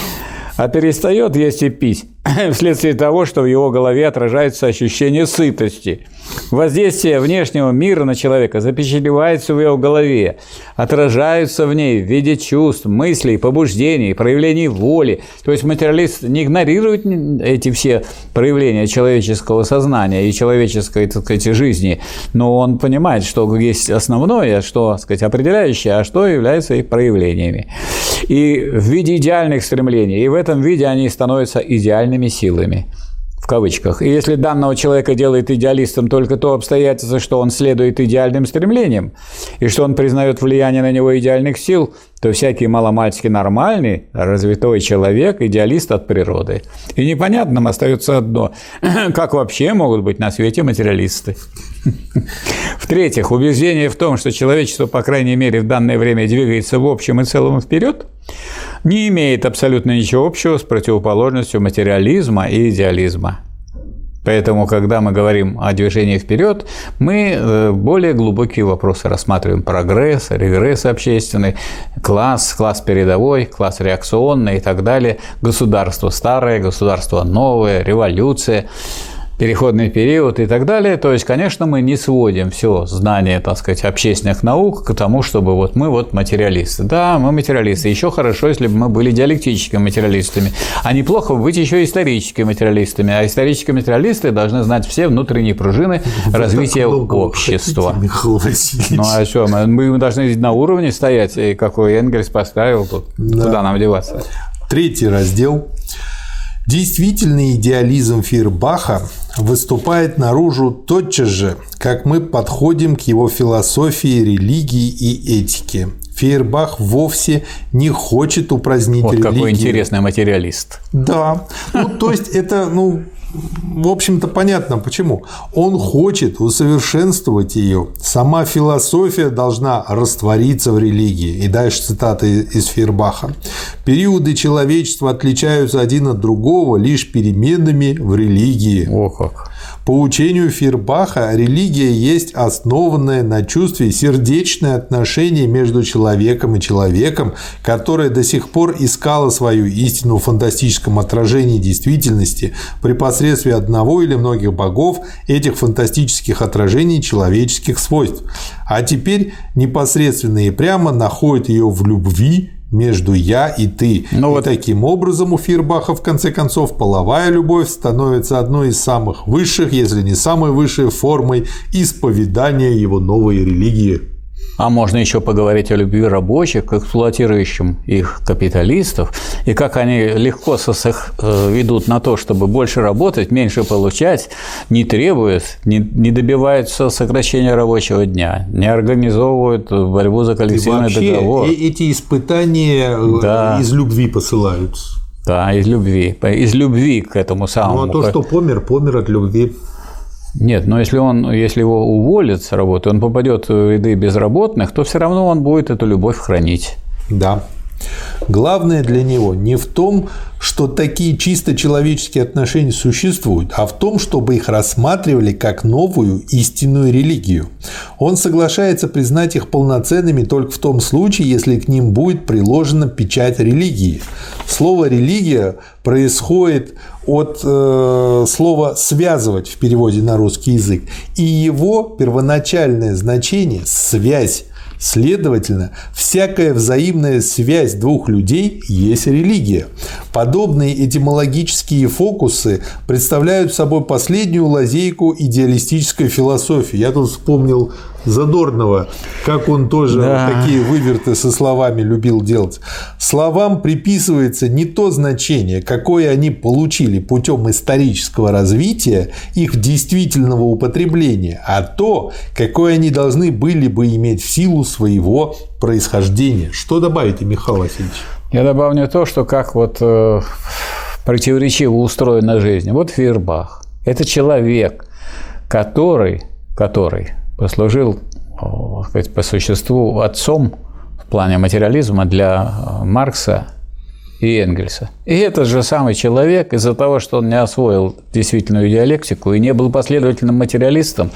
а перестает есть и пить вследствие того, что в его голове отражается ощущение сытости. Воздействие внешнего мира на человека запечатлевается в его голове, отражаются в ней в виде чувств, мыслей, побуждений, проявлений воли. То есть материалист не игнорирует эти все проявления человеческого сознания и человеческой, так сказать, жизни, но он понимает, что есть основное, что, так сказать, определяющее, а что является их проявлениями. И в виде идеальных стремлений, и в этом виде они становятся идеальными силами. В кавычках. И если данного человека делает идеалистом только то обстоятельство, что он следует идеальным стремлениям, и что он признает влияние на него идеальных сил, то всякий маломальски нормальный, развитой человек – идеалист от природы. И непонятным остается одно – как вообще могут быть на свете материалисты? В-третьих, убеждение в том, что человечество, по крайней мере, в данное время двигается в общем и целом вперед, не имеет абсолютно ничего общего с противоположностью материализма и идеализма. Поэтому, когда мы говорим о движении вперед, мы более глубокие вопросы рассматриваем: прогресс, регресс общественный, класс, класс передовой, класс реакционный и так далее, государство старое, государство новое, революция, переходный период и так далее. То есть, конечно, мы не сводим все знание, так сказать, общественных наук к тому, чтобы вот мы вот материалисты. Да, мы материалисты. Еще хорошо, если бы мы были диалектическими материалистами. А неплохо быть еще историческими материалистами. А исторические материалисты должны знать все внутренние пружины Вы развития общества. Хотите, ну а что, мы, мы должны на уровне стоять, и какой Энгельс поставил тут. Да. Куда нам деваться? Третий раздел. Действительный идеализм Фейербаха выступает наружу тотчас же, как мы подходим к его философии, религии и этике. Фейербах вовсе не хочет упразднить вот религию. Вот какой интересный материалист. Да. Ну, то есть, это, ну, в общем-то, понятно, почему. Он хочет усовершенствовать ее. Сама философия должна раствориться в религии. И дальше цитата из Фейербаха. Периоды человечества отличаются один от другого лишь переменами в религии. О, как. По учению Фейербаха, религия есть основанное на чувстве сердечное отношение между человеком и человеком, которое до сих пор искало свою истину в фантастическом отражении действительности при посредстве одного или многих богов этих фантастических отражений человеческих свойств. А теперь непосредственно и прямо находит ее в любви между «я» и «ты». Ну, и вот таким образом у Фейербаха, в конце концов, половая любовь становится одной из самых высших, если не самой высшей формой исповедания его новой религии. А можно еще поговорить о любви рабочих к эксплуатирующим их капиталистов, и как они легко ведут на то, чтобы больше работать, меньше получать, не требуют, не, не добиваются сокращения рабочего дня, не организовывают борьбу за коллективный договор. Эти испытания да. из любви посылаются. Да, из любви. Из любви к этому самому. Ну, а то, что помер, помер от любви. Нет, но если, он, если его уволят с работы, он попадет в ряды безработных, то все равно он будет эту любовь хранить. Да. Главное для него не в том, что такие чисто человеческие отношения существуют, а в том, чтобы их рассматривали как новую истинную религию. Он соглашается признать их полноценными только в том случае, если к ним будет приложена печать религии. Слово «религия» происходит от э, слова «связывать» в переводе на русский язык, и его первоначальное значение – «связь». Следовательно, всякая взаимная связь двух людей есть религия. Подобные этимологические фокусы представляют собой последнюю лазейку идеалистической философии. Я тут вспомнил Задорнова, как он тоже да. такие выверты со словами любил делать. Словам приписывается не то значение, какое они получили путем исторического развития их действительного употребления, а то, какое они должны были бы иметь в силу своего происхождения. Что добавите, Михаил Васильевич? Я добавлю то, что как вот э, противоречиво устроена жизнь. Вот Фейербах – это человек, который, который послужил, так сказать, по существу отцом в плане материализма для Маркса и Энгельса. И этот же самый человек, из-за того, что он не освоил действительную диалектику и не был последовательным материалистом,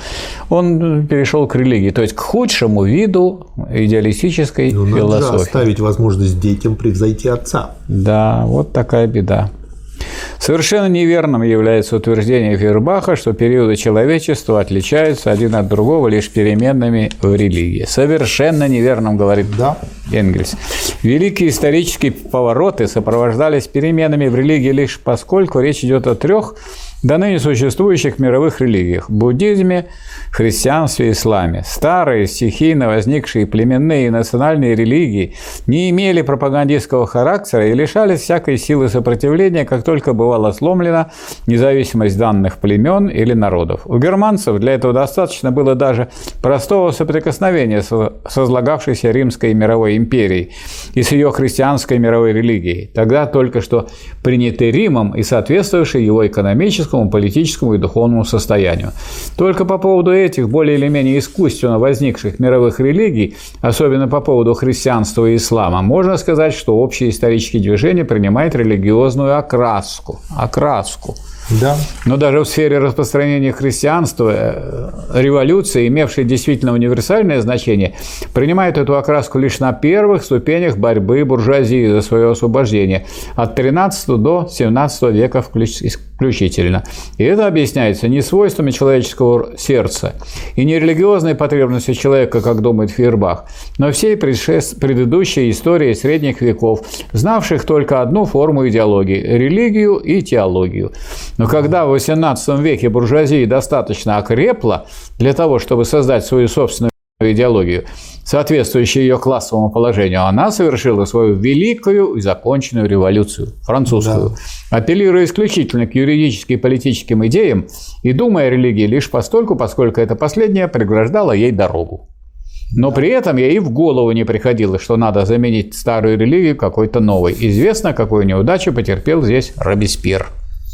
он перешел к религии, то есть к худшему виду идеалистической ну, философии. Надо же оставить возможность детям превзойти отца. Да, вот такая беда. Совершенно неверным является утверждение Фейербаха, что периоды человечества отличаются один от другого лишь переменными в религии. Совершенно неверным, говорит да. Энгельс. Великие исторические повороты сопровождались переменами в религии лишь поскольку речь идет о трех до ныне существующих мировых религиях – буддизме, христианстве и исламе. Старые, стихийно возникшие племенные и национальные религии не имели пропагандистского характера и лишались всякой силы сопротивления, как только бывала сломлена независимость данных племен или народов. У германцев для этого достаточно было даже простого соприкосновения со созлагавшейся Римской мировой империей и с ее христианской мировой религией, тогда только что принятой Римом и соответствовавшей его экономическому, политическому и духовному состоянию. Только по поводу этих более или менее искусственно возникших мировых религий, особенно по поводу христианства и ислама, можно сказать, что общее историческое движение принимает религиозную окраску. Окраску. Да. Но даже в сфере распространения христианства революция, имевшая действительно универсальное значение, принимает эту окраску лишь на первых ступенях борьбы буржуазии за свое освобождение от тринадцатого до семнадцатого века включительно. И это объясняется не свойствами человеческого сердца и не религиозной потребностью человека, как думает Фейербах, но всей предыдущей истории средних веков, знавших только одну форму идеологии – религию и теологию. Но когда в восемнадцатом веке буржуазия достаточно окрепла для того, чтобы создать свою собственную идеологию, соответствующую ее классовому положению, она совершила свою великую и законченную революцию, французскую, да. апеллируя исключительно к юридическим и политическим идеям и думая о религии лишь постольку, поскольку это последнее преграждало ей дорогу. Но при этом ей в голову не приходило, что надо заменить старую религию какой-то новой. Известно, какую неудачу потерпел здесь Робеспьер.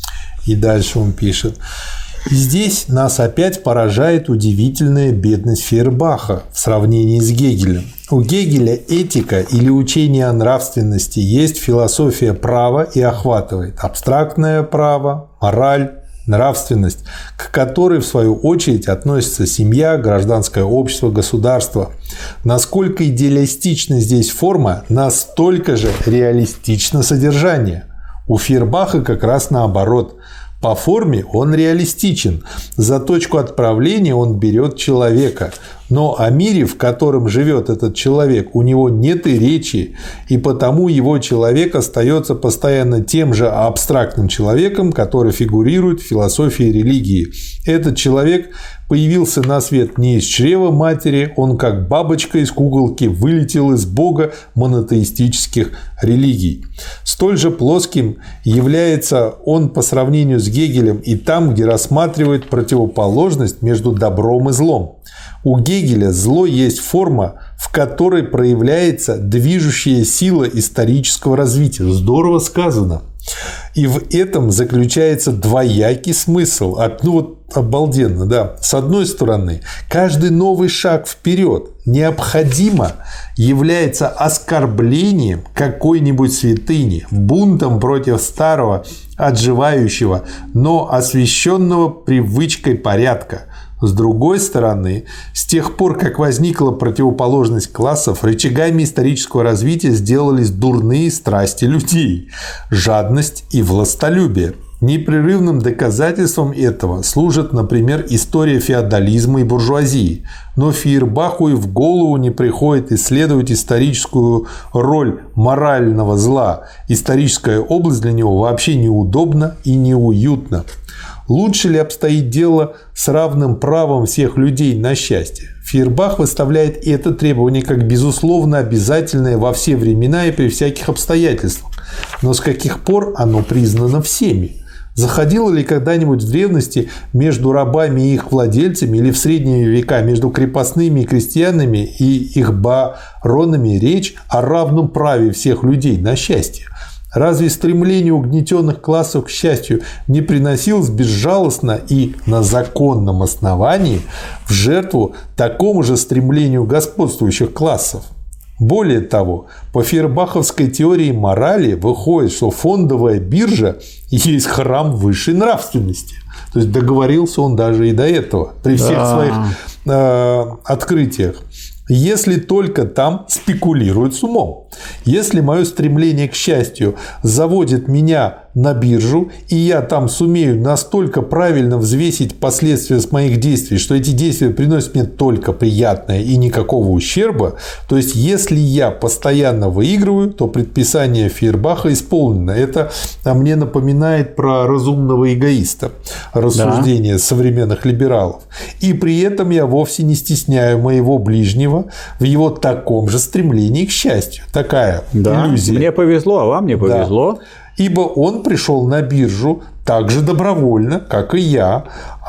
И дальше он пишет. Здесь нас опять поражает удивительная бедность Фейербаха в сравнении с Гегелем. У Гегеля этика или учение о нравственности есть философия права и охватывает абстрактное право, мораль, нравственность, к которой, в свою очередь, относится семья, гражданское общество, государство. Насколько идеалистична здесь форма, настолько же реалистично содержание. У Фейербаха как раз наоборот. По форме он реалистичен, за точку отправления он берет человека, но о мире, в котором живет этот человек, у него нет и речи, и потому его человек остается постоянно тем же абстрактным человеком, который фигурирует в философии религии. Этот человек появился на свет не из чрева матери, он как бабочка из куколки вылетел из бога монотеистических религий. Столь же плоским является он по сравнению с Гегелем и там, где рассматривает противоположность между добром и злом. У Гегеля зло есть форма, в которой проявляется движущая сила исторического развития. Здорово сказано. И в этом заключается двоякий смысл. Ну вот обалденно, да. С одной стороны, каждый новый шаг вперед необходимо является оскорблением какой-нибудь святыни, бунтом против старого, отживающего, но освященного привычкой порядка. С другой стороны, с тех пор, как возникла противоположность классов, рычагами исторического развития сделались дурные страсти людей – жадность и властолюбие. Непрерывным доказательством этого служит, например, история феодализма и буржуазии. Но Фейербаху и в голову не приходит исследовать историческую роль морального зла. Историческая область для него вообще неудобна и неуютна. Лучше ли обстоит дело с равным правом всех людей на счастье? Фейербах выставляет это требование как безусловно обязательное во все времена и при всяких обстоятельствах. Но с каких пор оно признано всеми? Заходило ли когда-нибудь в древности между рабами и их владельцами или в средние века между крепостными и крестьянами и их баронами речь о равном праве всех людей на счастье? Разве стремление угнетенных классов к счастью не приносилось безжалостно и на законном основании в жертву такому же стремлению господствующих классов? Более того, по фейербаховской теории морали выходит, что фондовая биржа есть храм высшей нравственности. То есть договорился он даже и до этого, при всех да. своих э, открытиях. Если только там спекулируют с умом. Если мое стремление к счастью заводит меня на биржу, и я там сумею настолько правильно взвесить последствия с моих действий, что эти действия приносят мне только приятное и никакого ущерба, то есть если я постоянно выигрываю, то предписание Фейербаха исполнено. Это мне напоминает про разумного эгоиста, рассуждение да. современных либералов. И при этом я вовсе не стесняю моего ближнего в его таком же стремлении к счастью. Такая да. иллюзия. Мне повезло, а вам не повезло. Да. Ибо он пришел на биржу так же добровольно, как и я,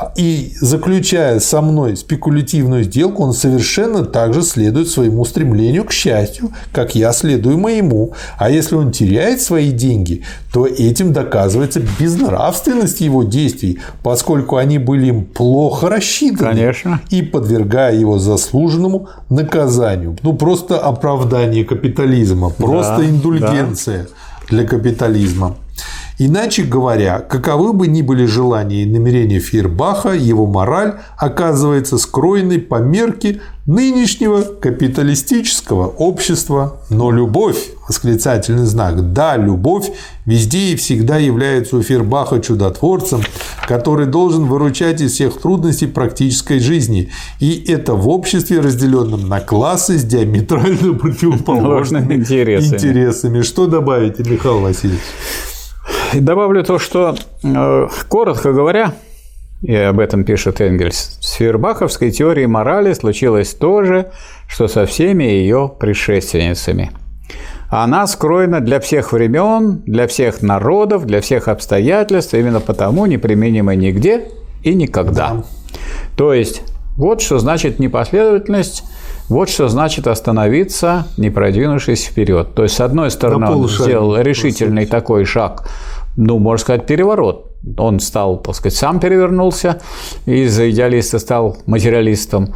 и заключая со мной спекулятивную сделку, он совершенно так же следует своему стремлению к счастью, как я следую моему. А если он теряет свои деньги, то этим доказывается безнравственность его действий, поскольку они были им плохо рассчитаны. Конечно. И подвергая его заслуженному наказанию. Ну, просто оправдание капитализма, просто да, индульгенция. Да. Для капитализма. Иначе говоря, каковы бы ни были желания и намерения Фейербаха, его мораль оказывается скроенной по мерке нынешнего капиталистического общества. Но любовь, восклицательный знак, да, любовь везде и всегда является у Фейербаха чудотворцем, который должен выручать из всех трудностей практической жизни. И это в обществе, разделенном на классы с диаметрально противоположными интересами. интересами. Что добавите, Михаил Васильевич? Добавлю то, что, коротко говоря, и об этом пишет Энгельс, с фейербаховской теорией морали случилось то же, что со всеми ее предшественницами. Она скроена для всех времен, для всех народов, для всех обстоятельств, именно потому неприменима нигде и никогда. То есть, вот что значит непоследовательность, вот что значит остановиться, не продвинувшись вперед. То есть, с одной стороны, он сделал решительный такой шаг, ну, можно сказать, переворот. Он стал, так сказать, сам перевернулся, из идеалиста стал материалистом.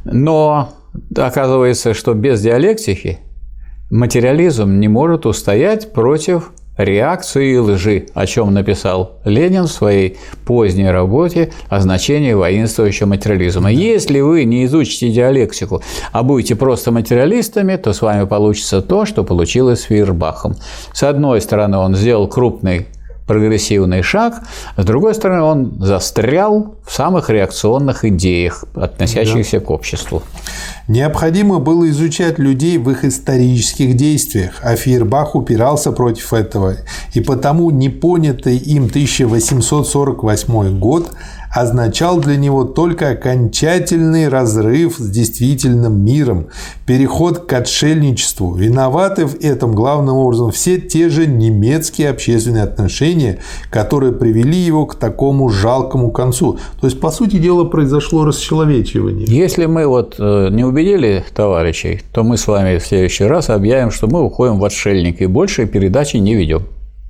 Но оказывается, что без диалектики материализм не может устоять против реакции и лжи, о чем написал Ленин в своей поздней работе о значении воинствующего материализма. Если вы не изучите диалектику, а будете просто материалистами, то с вами получится то, что получилось с Фейербахом. С одной стороны, он сделал крупный прогрессивный шаг, с другой стороны, он застрял в самых реакционных идеях, относящихся да. к обществу. Необходимо было изучать людей в их исторических действиях, а Фейербах упирался против этого, и потому непонятый им тысяча восемьсот сорок восьмой год означал для него только окончательный разрыв с действительным миром, переход к отшельничеству. Виноваты в этом главным образом все те же немецкие общественные отношения, которые привели его к такому жалкому концу. То есть, по сути дела, произошло расчеловечивание. Если мы вот не убедили товарищей, то мы с вами в следующий раз объявим, что мы уходим в отшельники и больше передачи не ведем.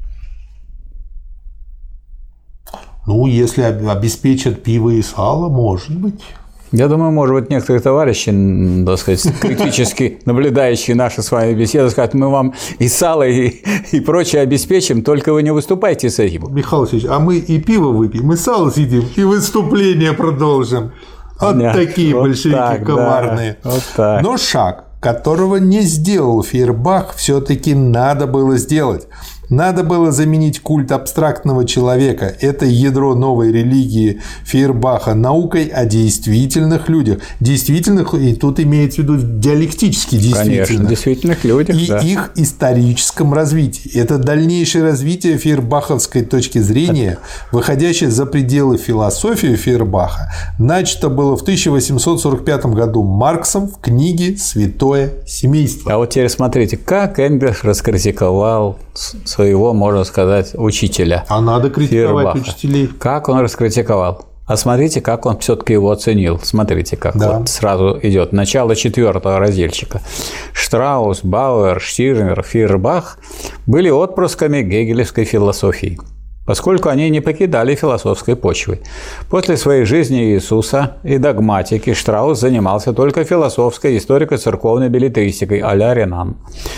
Ну, если обеспечат пиво и сало, может быть. Я думаю, может быть, некоторые товарищи, так сказать, критически наблюдающие наши с вами беседы, скажут, мы вам и сало, и, и прочее обеспечим, только вы не выступайте с этим. Михаил Васильевич, а мы и пиво выпьем, и сало съедим, и выступление продолжим. Вот Нет, такие вот большевики так, коварные. Да, вот так. Но шаг, которого не сделал Фейербах, все-таки надо было сделать. Надо было заменить культ абстрактного человека, это ядро новой религии Фейербаха, наукой о действительных людях. Действительных, и тут имеется в виду диалектически действительных. Конечно, действительных людях, и да. их историческом развитии. Это дальнейшее развитие фейербаховской точки зрения, выходящее за пределы философии Фейербаха, начато было в тысяча восемьсот сорок пятом году Марксом в книге «Святое семейство». А вот теперь смотрите, как Энгельс раскритиковал своего, можно сказать, учителя. А надо критиковать Фейербаха. Учителей. Как он раскритиковал? А смотрите, как он все-таки его оценил. Смотрите, как Да. вот сразу идет начало четвертого разделчика. Штраус, Бауэр, Штирнер, Фейербах были отпрысками гегелевской философии, поскольку они не покидали философской почвы. После своей жизни Иисуса и догматики Штраус занимался только философской историко-церковной беллетристикой а-ля Ренан.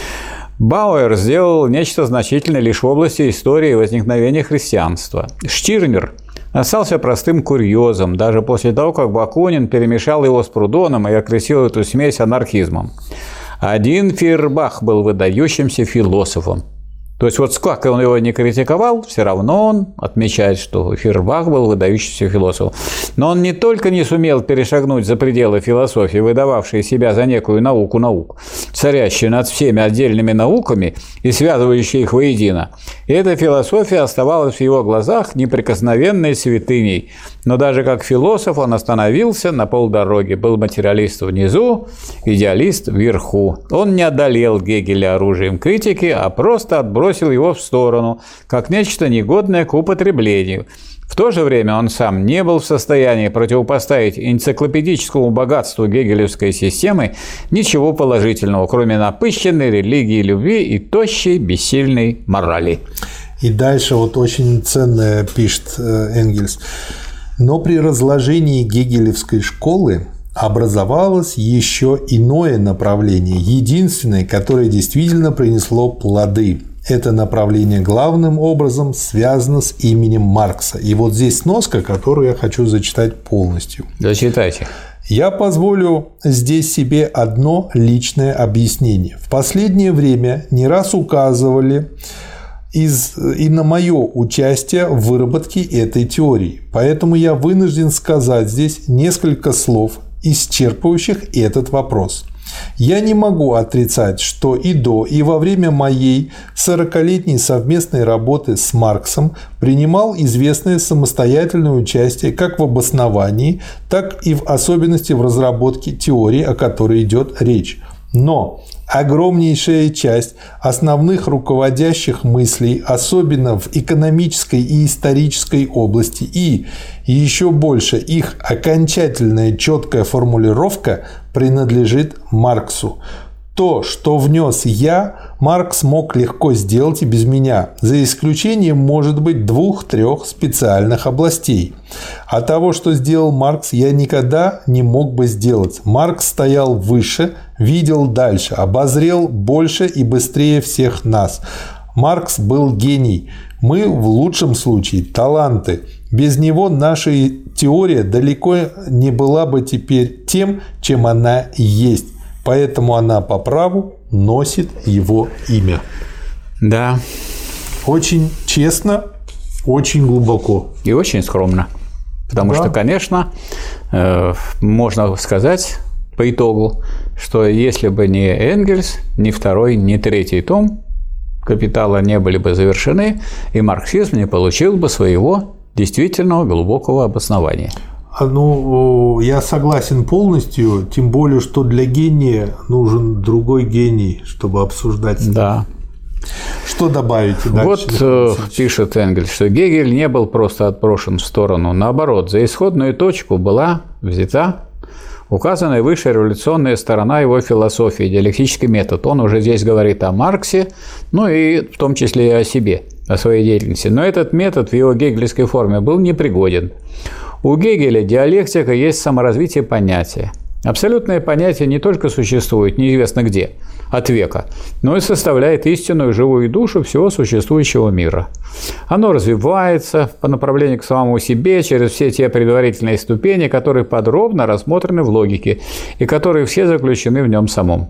Бауэр сделал нечто значительное лишь в области истории возникновения христианства. Штирнер остался простым курьезом, даже после того, как Бакунин перемешал его с Прудоном и окрестил эту смесь анархизмом. Один Фейербах был выдающимся философом. То есть, вот как он его не критиковал, все равно он отмечает, что Фейербах был выдающимся философом. Но он не только не сумел перешагнуть за пределы философии, выдававшей себя за некую науку наук, царящую над всеми отдельными науками и связывающей их воедино. И эта философия оставалась в его глазах неприкосновенной святыней. Но даже как философ он остановился на полдороги, был материалист внизу, идеалист вверху. Он не одолел Гегеля оружием критики, а просто отбросил его в сторону, как нечто негодное к употреблению. В то же время он сам не был в состоянии противопоставить энциклопедическому богатству гегелевской системы ничего положительного, кроме напыщенной религии любви и тощей бессильной морали. И дальше вот очень ценное пишет Энгельс. Но при разложении гегелевской школы образовалось еще иное направление, единственное, которое действительно принесло плоды. Это направление главным образом связано с именем Маркса. И вот здесь сноска, которую я хочу зачитать полностью. Зачитайте. Я позволю здесь себе одно личное объяснение. В последнее время не раз указывали из, и на мое участие в выработке этой теории. Поэтому я вынужден сказать здесь несколько слов, исчерпывающих этот вопрос. Я не могу отрицать, что и до, и во время моей сорокалетней совместной работы с Марксом принимал известное самостоятельное участие как в обосновании, так и в особенности в разработке теории, о которой идет речь. Но огромнейшая часть основных руководящих мыслей, особенно в экономической и исторической области, и еще больше их окончательная четкая формулировка принадлежит Марксу. То, что внес я, Маркс мог легко сделать и без меня, за исключением, может быть, двух-трех специальных областей. А того, что сделал Маркс, я никогда не мог бы сделать. Маркс стоял выше, видел дальше, обозрел больше и быстрее всех нас. Маркс был гений. Мы, в лучшем случае, таланты. Без него наша теория далеко не была бы теперь тем, чем она есть. Поэтому она по праву носит его имя. Да. Очень честно, очень глубоко. И очень скромно. Потому да. что, конечно, можно сказать по итогу, что если бы не Энгельс, ни второй, ни третий том «Капитала» не были бы завершены, и марксизм не получил бы своего действительного глубокого обоснования. Ну, я согласен полностью, тем более, что для гения нужен другой гений, чтобы обсуждать. Да. Что добавите дальше? Вот пишет Энгельс, что Гегель не был просто отброшен в сторону. Наоборот, за исходную точку была взята указанная выше революционная сторона его философии, диалектический метод. Он уже здесь говорит о Марксе, ну и в том числе и о себе, о своей деятельности. Но этот метод в его гегелевской форме был непригоден. У Гегеля диалектика есть саморазвитие понятия. Абсолютное понятие не только существует неизвестно где, от века, но и составляет истинную живую душу всего существующего мира. Оно развивается по направлению к самому себе через все те предварительные ступени, которые подробно рассмотрены в логике и которые все заключены в нем самом.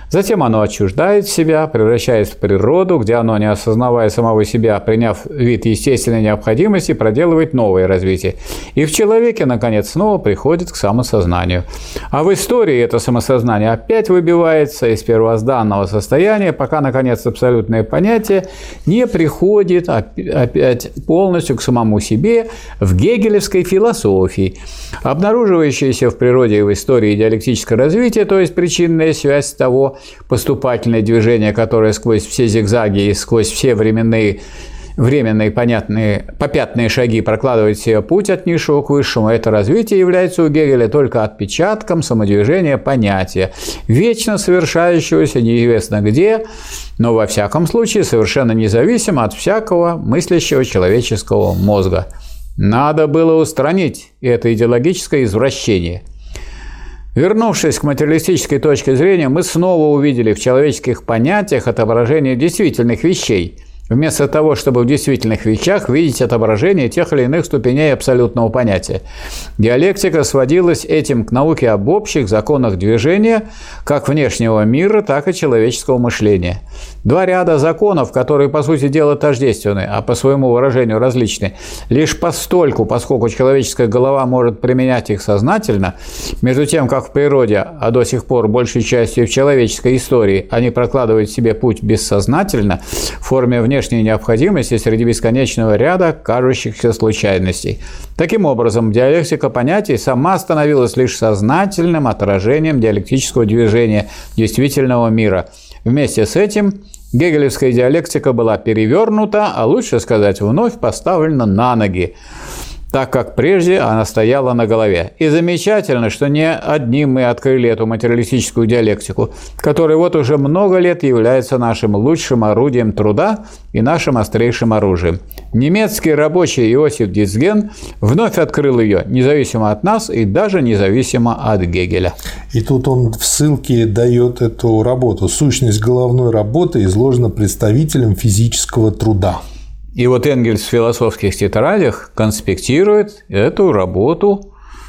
Затем оно отчуждает себя, превращается в природу, где оно, не осознавая самого себя, приняв вид естественной необходимости, проделывает новое развитие. И в человеке, наконец, снова приходит к самосознанию. А в истории это самосознание опять выбивается из первозданного состояния, пока, наконец, абсолютное понятие не приходит опять полностью к самому себе в гегелевской философии, обнаруживающейся в природе и в истории диалектическое развитие, то есть причинная связь того поступательное движение, которое сквозь все зигзаги и сквозь все временные, временные понятные, попятные шаги прокладывает себе путь от низшего к высшему. Это развитие является у Гегеля только отпечатком самодвижения понятия, вечно совершающегося неизвестно где, но во всяком случае совершенно независимо от всякого мыслящего человеческого мозга. Надо было устранить это идеологическое извращение. Вернувшись к материалистической точке зрения, мы снова увидели в человеческих понятиях отображение действительных вещей, вместо того, чтобы в действительных вещах видеть отображение тех или иных ступеней абсолютного понятия. Диалектика сводилась этим к науке об общих законах движения как внешнего мира, так и человеческого мышления. Два ряда законов, которые, по сути дела, тождественны, а по своему выражению различны, лишь постольку, поскольку человеческая голова может применять их сознательно, между тем, как в природе, а до сих пор большей частью в человеческой истории, они прокладывают себе путь бессознательно в форме внешней необходимости среди бесконечного ряда кажущихся случайностей. Таким образом, диалектика понятий сама становилась лишь сознательным отражением диалектического движения действительного мира. Вместе с этим гегелевская диалектика была перевернута, а лучше сказать, вновь поставлена на ноги, так как прежде она стояла на голове. И замечательно, что не одним мы открыли эту материалистическую диалектику, которая вот уже много лет является нашим лучшим орудием труда и нашим острейшим оружием. Немецкий рабочий Иосиф Дицген вновь открыл ее, независимо от нас и даже независимо от Гегеля. И тут он в ссылке дает эту работу. Сущность головной работы изложена представителем физического труда. И вот Энгельс в философских тетрадях конспектирует эту работу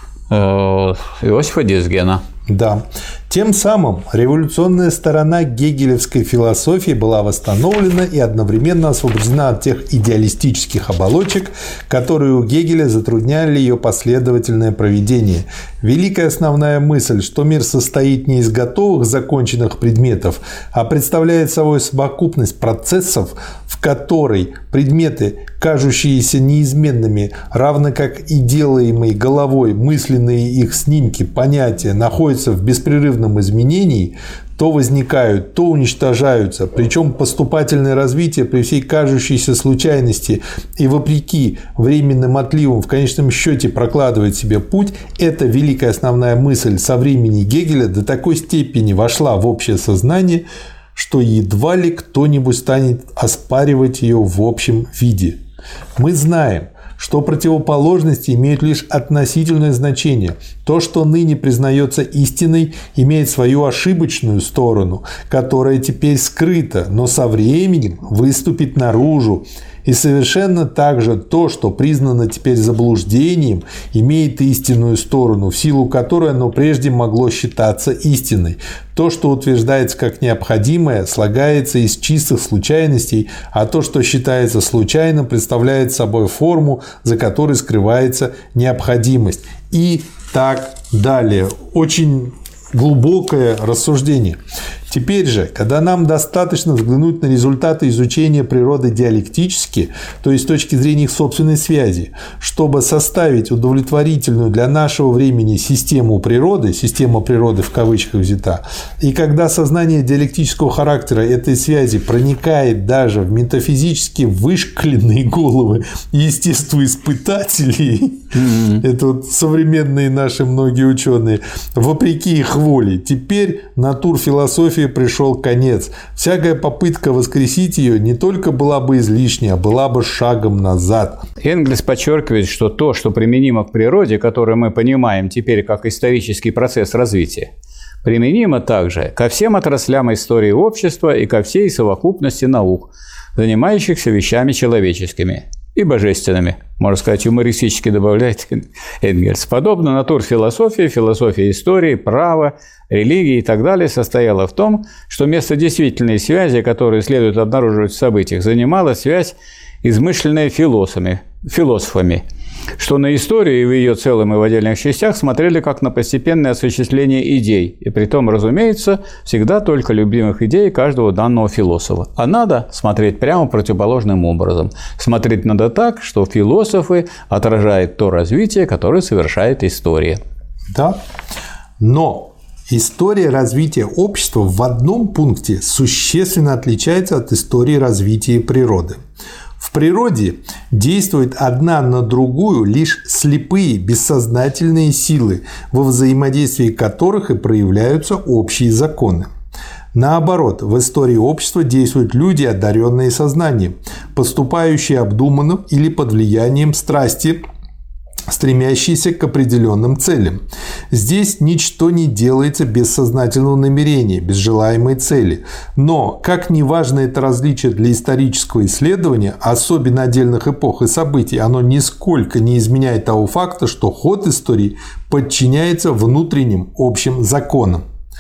Иосифа Дицгена. Да. Тем самым революционная сторона гегелевской философии была восстановлена и одновременно освобождена от тех идеалистических оболочек, которые у Гегеля затрудняли ее последовательное проведение. Великая основная мысль, что мир состоит не из готовых законченных предметов, а представляет собой совокупность процессов, в которой предметы, кажущиеся неизменными, равно как и делаемые головой мысленные их снимки, понятия, находятся в беспрерывном изменении, то возникают, то уничтожаются, причем поступательное развитие при всей кажущейся случайности и вопреки временным отливам в конечном счете прокладывает себе путь, эта великая основная мысль со времени Гегеля до такой степени вошла в общее сознание, что едва ли кто-нибудь станет оспаривать ее в общем виде. Мы знаем, что противоположности имеют лишь относительное значение. То, что ныне признается истиной, имеет свою ошибочную сторону, которая теперь скрыта, но со временем выступит наружу. И совершенно так же то, что признано теперь заблуждением, имеет истинную сторону, в силу которой оно прежде могло считаться истиной. То, что утверждается как необходимое, слагается из чистых случайностей, а то, что считается случайным, представляет собой форму, за которой скрывается необходимость. И так далее. Очень глубокое рассуждение. Теперь же, когда нам достаточно взглянуть на результаты изучения природы диалектически, то есть с точки зрения их собственной связи, чтобы составить удовлетворительную для нашего времени систему природы, система природы в кавычках взята, и когда сознание диалектического характера этой связи проникает даже в метафизически вышкаленные головы естествоиспытателей, mm-hmm. это вот современные наши многие ученые, вопреки их воле, теперь натурфилософии пришел конец. Всякая попытка воскресить ее не только была бы излишняя, а была бы шагом назад. Энгельс подчеркивает, что то, что применимо к природе, которое мы понимаем теперь как исторический процесс развития, применимо также ко всем отраслям истории общества и ко всей совокупности наук, занимающихся вещами человеческими. и божественными, можно сказать, юмористически добавляет Энгельс. Подобно натурфилософии, философия истории, права, религии и так далее состояла в том, что вместо действительной связи, которую следует обнаруживать в событиях, занимала связь, измышленная философами, философами, что на историю и в ее целом и в отдельных частях смотрели как на постепенное осуществление идей, и притом, разумеется, всегда только любимых идей каждого данного философа. А надо смотреть прямо противоположным образом. Смотреть надо так, что философы отражают то развитие, которое совершает история. Да, но история развития общества в одном пункте существенно отличается от истории развития природы. В природе действуют одна на другую лишь слепые, бессознательные силы, во взаимодействии которых и проявляются общие законы. Наоборот, в истории общества действуют люди, одаренные сознанием, поступающие обдуманно или под влиянием страсти, стремящиеся к определенным целям. Здесь ничто не делается без сознательного намерения, без желаемой цели. Но, как ни важно это различие для исторического исследования, особенно отдельных эпох и событий, оно нисколько не изменяет того факта, что ход истории подчиняется внутренним общим законам.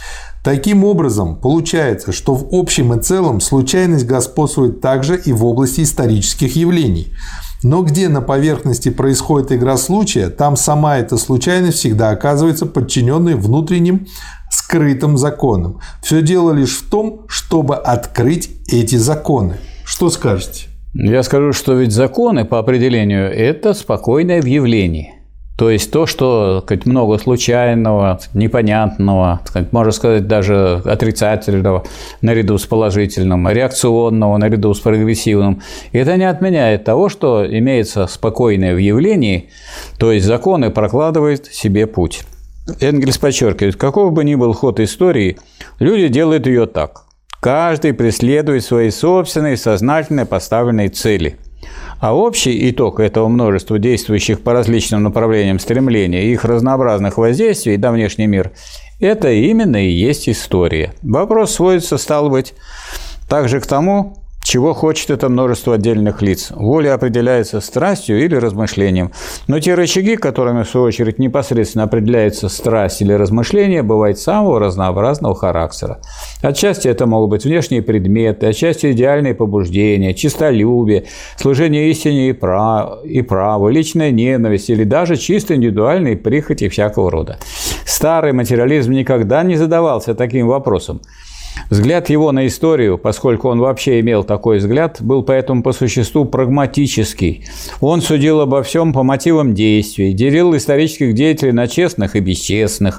Таким образом, получается, что в общем и целом случайность господствует также и в области исторических явлений. Но где на поверхности происходит игра случая, там сама эта случайность всегда оказывается подчиненной внутренним скрытым законам. Все дело лишь в том, чтобы открыть эти законы. Что скажете? Я скажу, что ведь законы по определению – это спокойное в явлении. То есть то, что сказать, много случайного, непонятного, сказать, можно сказать, даже отрицательного наряду с положительным, реакционного наряду с прогрессивным, это не отменяет того, что имеется спокойное в явлении, то есть законы прокладывают себе путь. Энгельс подчеркивает, каков бы ни был ход истории, люди делают ее так. Каждый преследует свои собственные сознательно поставленные цели. А общий итог этого множества действующих по различным направлениям стремления и их разнообразных воздействий на внешний мир – это именно и есть история. Вопрос сводится, стало быть, также к тому, чего хочет это множество отдельных лиц. Воля определяется страстью или размышлением. Но те рычаги, которыми, в свою очередь, непосредственно определяется страсть или размышление, бывают самого разнообразного характера. Отчасти это могут быть внешние предметы, отчасти идеальные побуждения, честолюбие, служение истине и праву, и праву, личная ненависть или даже чисто индивидуальные прихоти всякого рода. Старый материализм никогда не задавался таким вопросом. Взгляд его на историю, поскольку он вообще имел такой взгляд, был поэтому по существу прагматический. Он судил обо всем по мотивам действий, делил исторических деятелей на честных и бесчестных.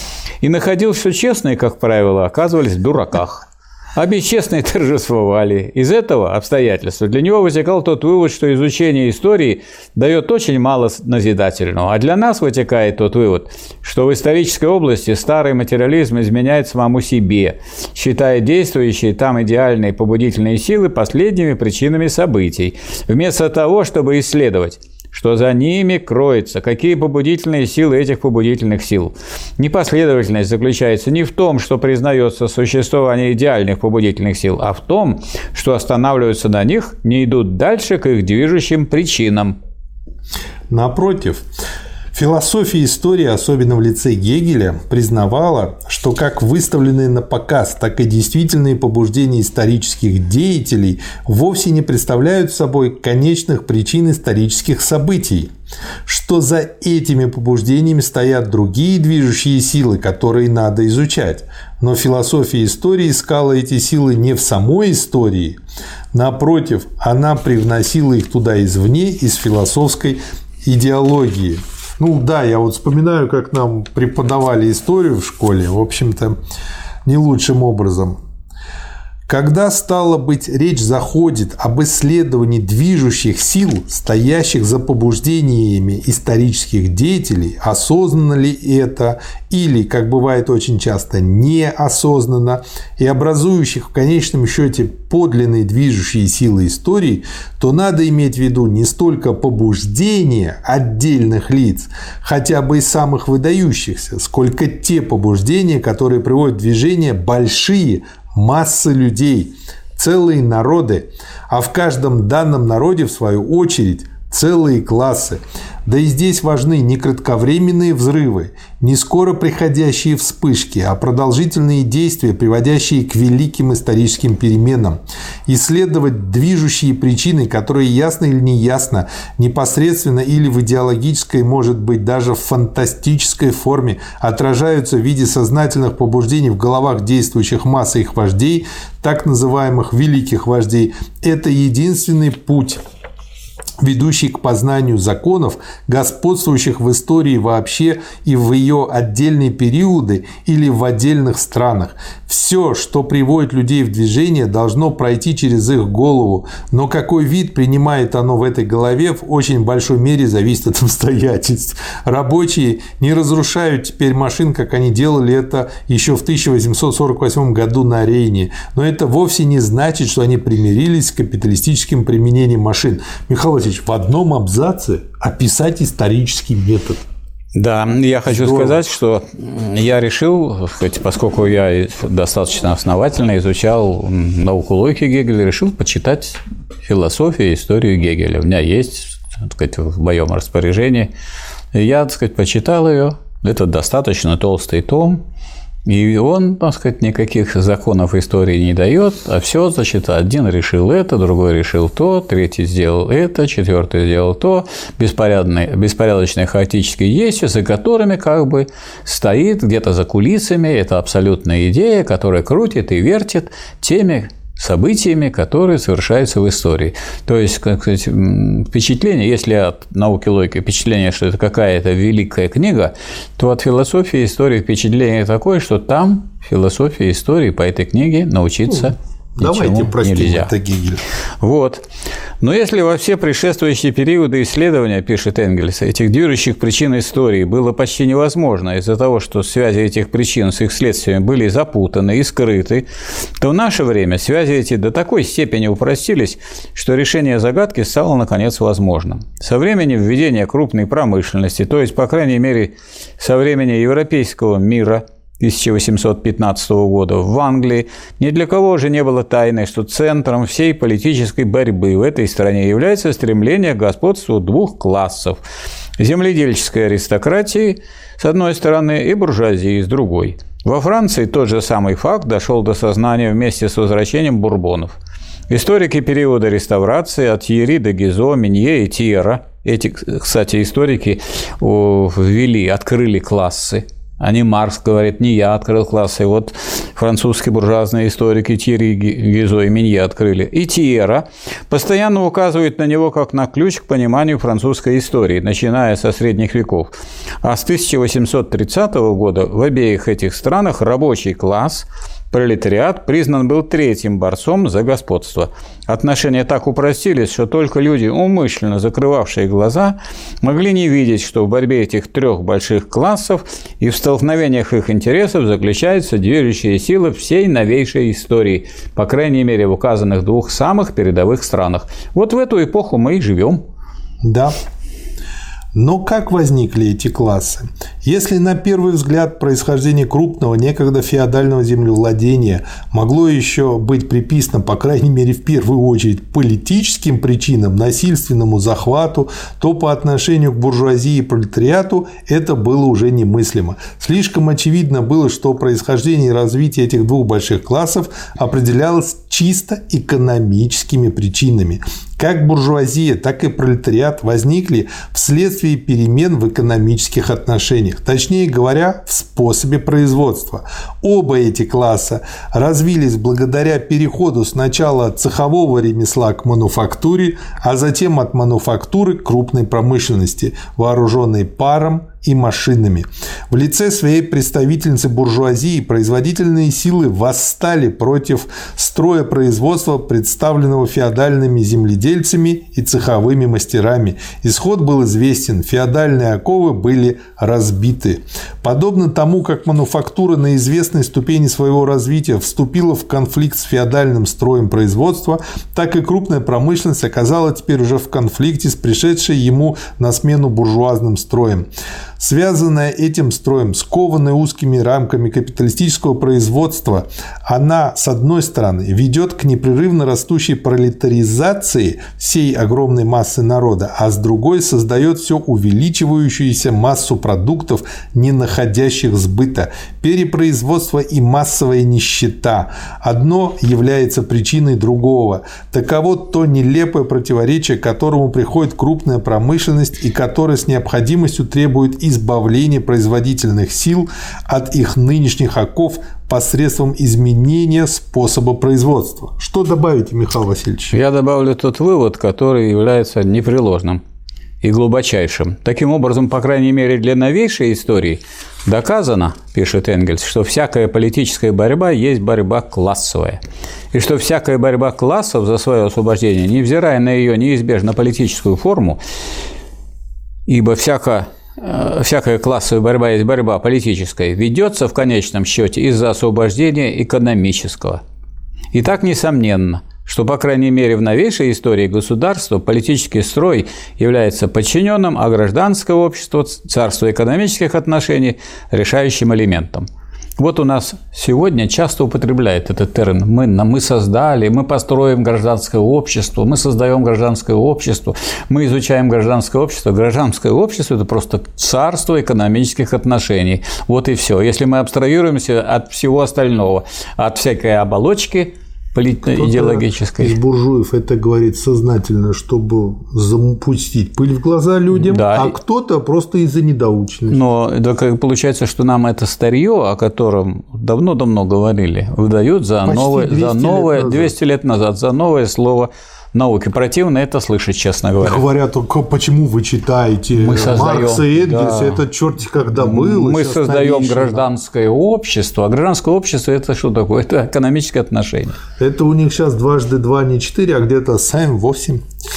И находил, что честные, как правило, оказывались в дураках, а бесчестные торжествовали. Из этого обстоятельства для него вытекал тот вывод, что изучение истории дает очень мало назидательного. А для нас вытекает тот вывод, что в исторической области старый материализм изменяет самому себе, считая действующие там идеальные побудительные силы последними причинами событий, вместо того, чтобы исследовать, что за ними кроется, какие побудительные силы этих побудительных сил. Непоследовательность заключается не в том, что признается существование идеальных побудительных сил, а в том, что останавливаются на них, не идут дальше к их движущим причинам. Напротив, философия истории, особенно в лице Гегеля, признавала, что как выставленные на показ, так и действительные побуждения исторических деятелей вовсе не представляют собой конечных причин исторических событий, что за этими побуждениями стоят другие движущие силы, которые надо изучать. Но философия истории искала эти силы не в самой истории, напротив, она привносила их туда извне, из философской идеологии. Ну да, я вот вспоминаю, как нам преподавали историю в школе, в общем-то, не лучшим образом. Когда, стало быть, речь заходит об исследовании движущих сил, стоящих за побуждениями исторических деятелей, осознанно ли это или, как бывает очень часто, неосознанно, и образующих в конечном счете подлинные движущие силы истории, то надо иметь в виду не столько побуждения отдельных лиц, хотя бы и самых выдающихся, сколько те побуждения, которые приводят в движение большие массы людей, целые народы, а в каждом данном народе, в свою очередь, целые классы. Да и здесь важны не кратковременные взрывы, не скоро приходящие вспышки, а продолжительные действия, приводящие к великим историческим переменам. Исследовать движущие причины, которые ясно или неясно, непосредственно или в идеологической, может быть, даже в фантастической форме отражаются в виде сознательных побуждений в головах действующих масс и их вождей, так называемых великих вождей, это единственный путь, ведущий к познанию законов, господствующих в истории вообще и в ее отдельные периоды или в отдельных странах. Все, что приводит людей в движение, должно пройти через их голову, но какой вид принимает оно в этой голове, в очень большой мере зависит от обстоятельств. Рабочие не разрушают теперь машин, как они делали это еще в тысяча восемьсот сорок восьмом году на Рейне, но это вовсе не значит, что они примирились с капиталистическим применением машин. Михаил Васильевич, в одном абзаце описать исторический метод. Да, я хочу Здорово. сказать, что я решил, поскольку я достаточно основательно изучал науку логики Гегеля, решил почитать философию и историю Гегеля. У меня есть, так сказать, в моем распоряжении. Я, так сказать, почитал ее. Это достаточно толстый том. И он, так сказать, никаких законов истории не дает, а все, значит, один решил это, другой решил то, третий сделал это, четвертый сделал то, беспорядочные, беспорядочные хаотические действия, за которыми как бы стоит где-то за кулисами эта абсолютная идея, которая крутит и вертит теми событиями, которые совершаются в истории. То есть, как сказать, впечатление, если от науки логики впечатление, что это какая-то великая книга, то от философии и истории впечатление такое, что там философия и истории по этой книге научиться Давайте простим нельзя. Это Гегель. Вот. Но если во все предшествующие периоды исследования, пишет Энгельс, этих движущих причин истории было почти невозможно из-за того, что связи этих причин с их следствиями были запутаны и скрыты, то в наше время связи эти до такой степени упростились, что решение загадки стало, наконец, возможным. Со времени введения крупной промышленности, то есть, по крайней мере, со времени европейского мира, тысяча восемьсот пятнадцатого года в Англии, ни для кого уже не было тайной, что центром всей политической борьбы в этой стране является стремление к господству двух классов – земледельческой аристократии с одной стороны и буржуазии с другой. Во Франции тот же самый факт дошел до сознания вместе с возвращением бурбонов. Историки периода реставрации от Тьерри до Гизо, Минье и Тьерра, эти, кстати, историки ввели, открыли классы. А не Маркс говорит, не я открыл классы. Вот французские буржуазные историки Тьерри, Гизо и Минье открыли. И Тьерра постоянно указывает на него как на ключ к пониманию французской истории, начиная со средних веков. А с тысяча восемьсот тридцатого года в обеих этих странах рабочий класс, пролетариат, признан был третьим борцом за господство. Отношения так упростились, что только люди, умышленно закрывавшие глаза, могли не видеть, что в борьбе этих трех больших классов и в столкновениях их интересов заключаются движущие силы всей новейшей истории, по крайней мере, в указанных двух самых передовых странах. Вот в эту эпоху мы и живем. Да. Но как возникли эти классы? Если на первый взгляд происхождение крупного, некогда феодального землевладения могло еще быть приписано, по крайней мере, в первую очередь политическим причинам, насильственному захвату, то по отношению к буржуазии и пролетариату это было уже немыслимо. Слишком очевидно было, что происхождение и развитие этих двух больших классов определялось чисто экономическими причинами. Как буржуазия, так и пролетариат возникли вследствие перемен в экономических отношениях, точнее говоря, в способе производства. Оба эти класса развились благодаря переходу сначала от цехового ремесла к мануфактуре, а затем от мануфактуры к крупной промышленности, вооруженной паром и машинами. В лице своей представительницы буржуазии производительные силы восстали против строя производства, представленного феодальными земледельцами и цеховыми мастерами. Исход был известен. Феодальные оковы были разбиты. Подобно тому, как мануфактура на известной ступени своего развития вступила в конфликт с феодальным строем производства, так и крупная промышленность оказалась теперь уже в конфликте с пришедшей ему на смену буржуазным строем. Связанная этим строем, скованная узкими рамками капиталистического производства, она, с одной стороны, ведет к непрерывно растущей пролетаризации всей огромной массы народа, а с другой создает все увеличивающуюся массу продуктов, не находящих сбыта, перепроизводство и массовая нищета. Одно является причиной другого. Таково то нелепое противоречие, к которому приходит крупная промышленность и которое с необходимостью требует избавления производительных сил от их нынешних оков посредством изменения способа производства. Что добавите, Михаил Васильевич? Я добавлю тот вывод, который является непреложным и глубочайшим. Таким образом, по крайней мере, для новейшей истории доказано, пишет Энгельс, что всякая политическая борьба есть борьба классовая. И что всякая борьба классов за свое освобождение, невзирая на ее неизбежно политическую форму, ибо всякая, всякая классовая борьба есть борьба политическая, ведется в конечном счете из-за освобождения экономического. И так несомненно, что, по крайней мере, в новейшей истории государства политический строй является подчиненным, а гражданское общество, царство экономических отношений – решающим элементом. Вот у нас сегодня часто употребляют этот термин. Мы, мы создали, мы построим гражданское общество, мы создаем гражданское общество, мы изучаем гражданское общество. Гражданское общество – это просто царство экономических отношений. Вот и все. Если мы абстрагируемся от всего остального, от всякой оболочки идеологической. Из буржуев это говорит сознательно, чтобы запустить пыль в глаза людям, да. А кто-то просто из-за недоученности. Но получается, что нам это старье, о котором давно-давно говорили, выдают за новое, за новое двести лет назад, за новое слово науки. Противно это слышать, честно говоря. Говорят, почему вы читаете мы создаем, Маркса и Энгельса, да. Это черти когда было. Мы создаем гражданское общество, а гражданское общество – это что такое? Это экономическое отношение. Это у них сейчас дважды два не четыре, а где-то семь восемь.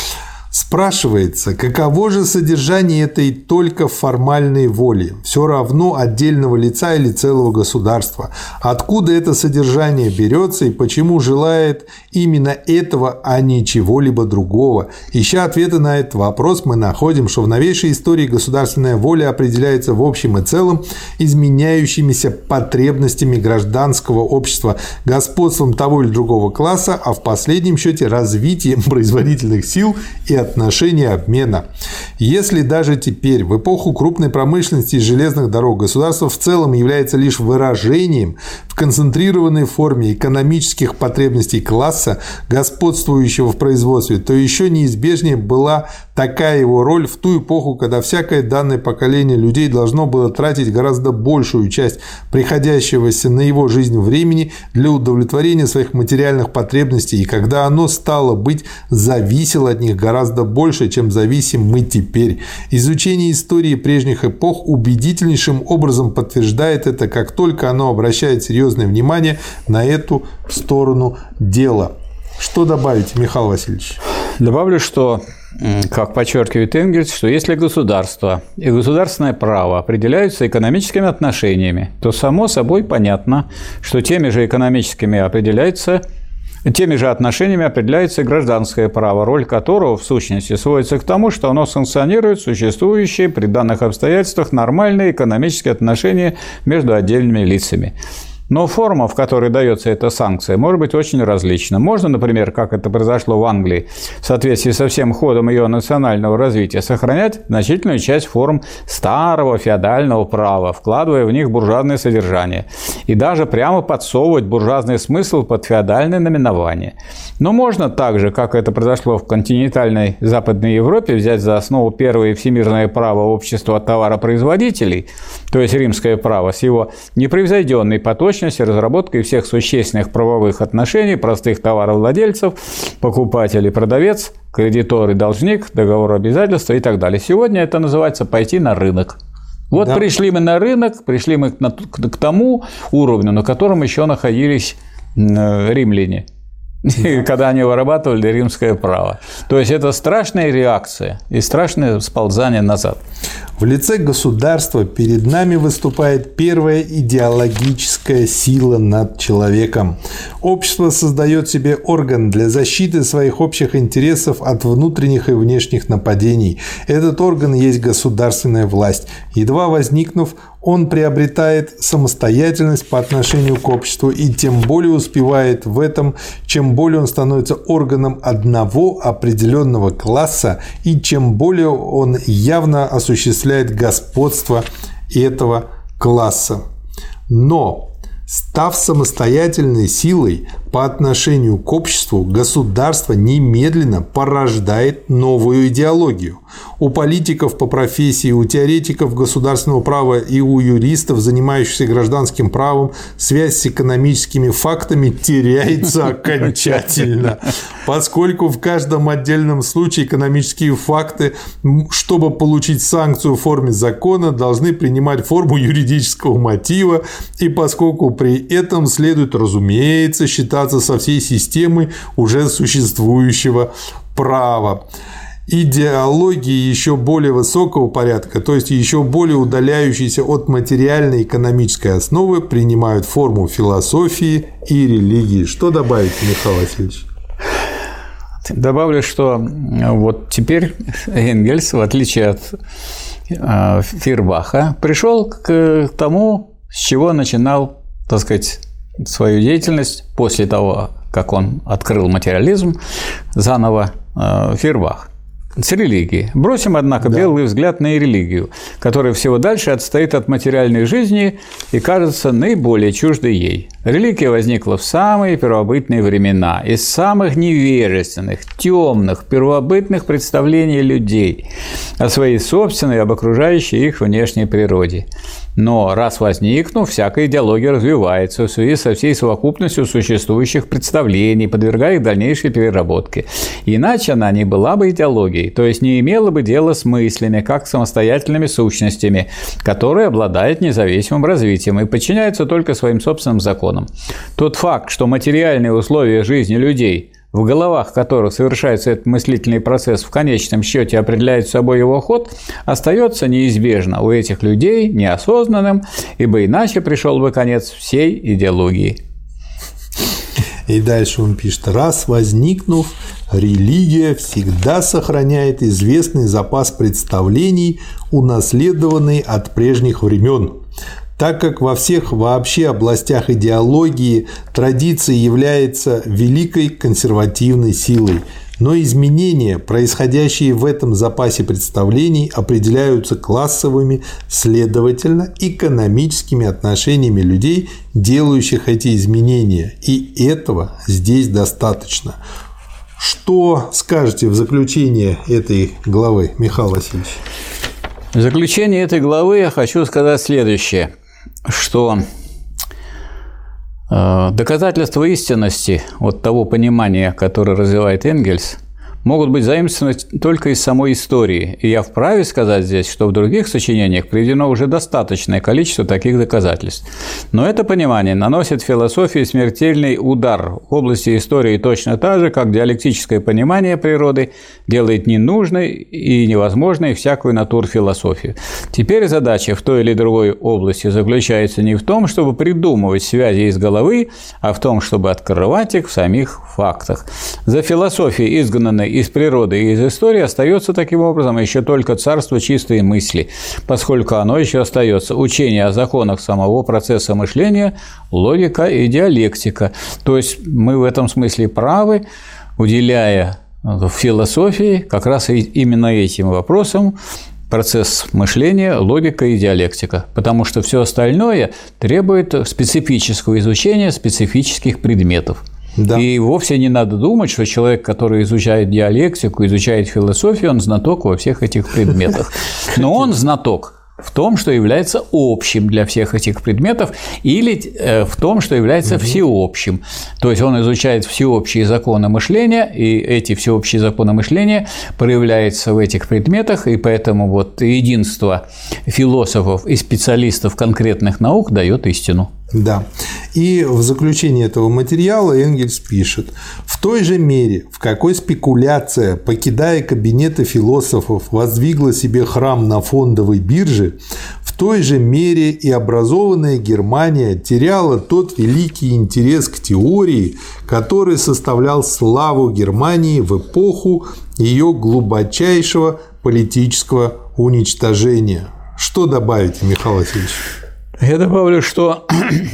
Спрашивается, каково же содержание этой только формальной воли, все равно отдельного лица или целого государства? Откуда это содержание берется и почему желает именно этого, а не чего-либо другого? Ища ответы на этот вопрос, мы находим, что в новейшей истории государственная воля определяется в общем и целом изменяющимися потребностями гражданского общества, господством того или другого класса, а в последнем счете развитием производительных сил и отношения обмена. Если даже теперь, в эпоху крупной промышленности и железных дорог, государство в целом является лишь выражением в концентрированной форме экономических потребностей класса, господствующего в производстве, то еще неизбежнее была такая его роль в ту эпоху, когда всякое данное поколение людей должно было тратить гораздо большую часть приходящегося на его жизнь времени для удовлетворения своих материальных потребностей, и когда оно стало быть зависело от них гораздо больше, чем зависим мы теперь. Изучение истории прежних эпох убедительнейшим образом подтверждает это, как только оно обращает серьезное внимание на эту сторону дела. Что добавить, Михаил Васильевич? Добавлю, что, как подчеркивает Энгельс, что если государство и государственное право определяются экономическими отношениями, то само собой понятно, что теми же экономическими определяется Теми же отношениями определяется и гражданское право, роль которого, в сущности, сводится к тому, что оно санкционирует существующие при данных обстоятельствах нормальные экономические отношения между отдельными лицами. Но форма, в которой дается эта санкция, может быть очень различна. Можно, например, как это произошло в Англии, в соответствии со всем ходом ее национального развития, сохранять значительную часть форм старого феодального права, вкладывая в них буржуазное содержание, и даже прямо подсовывать буржуазный смысл под феодальное наименование. Но можно также, как это произошло в континентальной Западной Европе, взять за основу первое всемирное право общества товаропроизводителей, то есть римское право, с его непревзойденной поточностью, разработкой всех существенных правовых отношений простых товаровладельцев, покупатель и продавец, кредитор и должник, договор обязательства и так далее. Сегодня это называется пойти на рынок. Вот да. Пришли мы на рынок, пришли мы к тому уровню, на котором еще находились римляне. когда они вырабатывали римское право. То есть это страшная реакция и страшное сползание назад. В лице государства перед нами выступает первая идеологическая сила над человеком. Общество создает себе орган для защиты своих общих интересов от внутренних и внешних нападений. Этот орган есть государственная власть. Едва возникнув, он приобретает самостоятельность по отношению к обществу и тем более успевает в этом, чем более он становится органом одного определенного класса и чем более он явно осуществляет господство этого класса. Но, став самостоятельной силой по отношению к обществу, государство немедленно порождает новую идеологию. У политиков по профессии, у теоретиков государственного права и у юристов, занимающихся гражданским правом, связь с экономическими фактами теряется окончательно, поскольку в каждом отдельном случае экономические факты, чтобы получить санкцию в форме закона, должны принимать форму юридического мотива, и поскольку при этом следует, разумеется, считаться со всей системой уже существующего права. Идеологии еще более высокого порядка, то есть еще более удаляющиеся от материальной экономической основы, принимают форму философии и религии. Что добавить, Михаил Васильевич? Добавлю, что вот теперь Энгельс, в отличие от Фейербаха, пришел к тому, с чего начинал, так сказать, свою деятельность после того, как он открыл материализм заново, Фейербах. С религии. Бросим, однако, да. белый взгляд на религию, которая всего дальше отстоит от материальной жизни и кажется наиболее чуждой ей. Религия возникла в самые первобытные времена, из самых невежественных, темных, первобытных представлений людей о своей собственной и об окружающей их внешней природе. Но раз возникнув, всякая идеология развивается в связи со всей совокупностью существующих представлений, подвергая их дальнейшей переработке. Иначе она не была бы идеологией, то есть не имела бы дела с мыслями, как самостоятельными сущностями, которые обладают независимым развитием и подчиняются только своим собственным законам. Тот факт, что материальные условия жизни людей, в головах которых совершается этот мыслительный процесс, в конечном счете определяет собой его ход, остается неизбежно у этих людей неосознанным, ибо иначе пришел бы конец всей идеологии. И дальше он пишет: раз возникнув, религия всегда сохраняет известный запас представлений, унаследованный от прежних времен. Так как во всех вообще областях идеологии традиция является великой консервативной силой, но изменения, происходящие в этом запасе представлений, определяются классовыми, следовательно, экономическими отношениями людей, делающих эти изменения, и этого здесь достаточно. Что скажете в заключение этой главы, Михаил Васильевич? В заключение этой главы я хочу сказать следующее, что доказательства истинности вот того понимания, которое развивает Энгельс, могут быть заимствованы только из самой истории. И я вправе сказать здесь, что в других сочинениях приведено уже достаточное количество таких доказательств. Но это понимание наносит философии смертельный удар в области истории точно так же, как диалектическое понимание природы делает ненужной и невозможной всякую натурфилософию. Теперь задача в той или другой области заключается не в том, чтобы придумывать связи из головы, а в том, чтобы открывать их в самих фактах. За философией, изгнанной из природы и из истории, остается таким образом еще только царство чистой мысли, поскольку оно еще остается учение о законах самого процесса мышления, логика и диалектика. То есть мы в этом смысле правы, уделяя в философии как раз именно этим вопросам процесс мышления, логика и диалектика, потому что все остальное требует специфического изучения специфических предметов. Да. И вовсе не надо думать, что человек, который изучает диалектику, изучает философию, он знаток во всех этих предметах. Но он знаток в том, что является общим для всех этих предметов, или в том, что является всеобщим. То есть он изучает всеобщие законы мышления, и эти всеобщие законы мышления проявляются в этих предметах, и поэтому вот единство философов и специалистов конкретных наук дает истину. Да. И в заключении этого материала Энгельс пишет: в той же мере, в какой спекуляция, покидая кабинеты философов, воздвигла себе храм на фондовой бирже, в той же мере и образованная Германия теряла тот великий интерес к теории, который составлял славу Германии в эпоху ее глубочайшего политического уничтожения. Что добавите, Михаил Васильевич? Я добавлю, что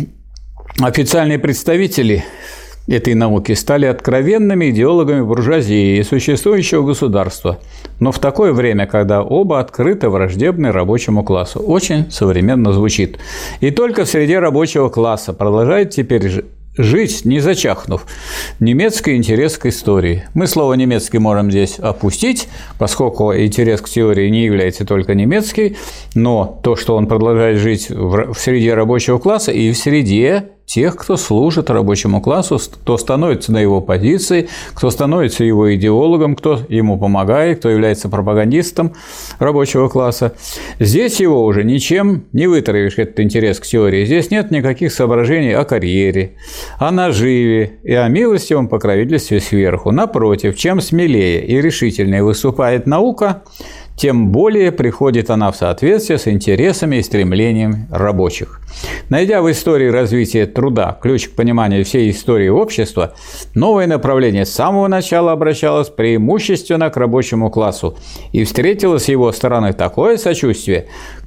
официальные представители этой науки стали откровенными идеологами буржуазии и существующего государства, но в такое время, когда оба открыто враждебны рабочему классу. Очень современно звучит. И только в среде рабочего класса продолжает теперь жить, не зачахнув, немецкий интерес к истории. Мы слово «немецкий» можем здесь опустить, поскольку интерес к теории не является только немецкий, но то, что он продолжает жить в среде рабочего класса и в среде тех, кто служит рабочему классу, кто становится на его позиции, кто становится его идеологом, кто ему помогает, кто является пропагандистом рабочего класса. Здесь его уже ничем не вытравишь, этот интерес к теории. Здесь нет никаких соображений о карьере, о наживе и о милостивом покровительстве сверху. Напротив, чем смелее и решительнее выступает наука, тем более приходит она в соответствие с интересами и стремлениями рабочих. Найдя в истории развития труда ключ к пониманию всей истории общества, новое направление с самого начала обращалось преимущественно к рабочему классу и встретило с его стороны такое сочувствие,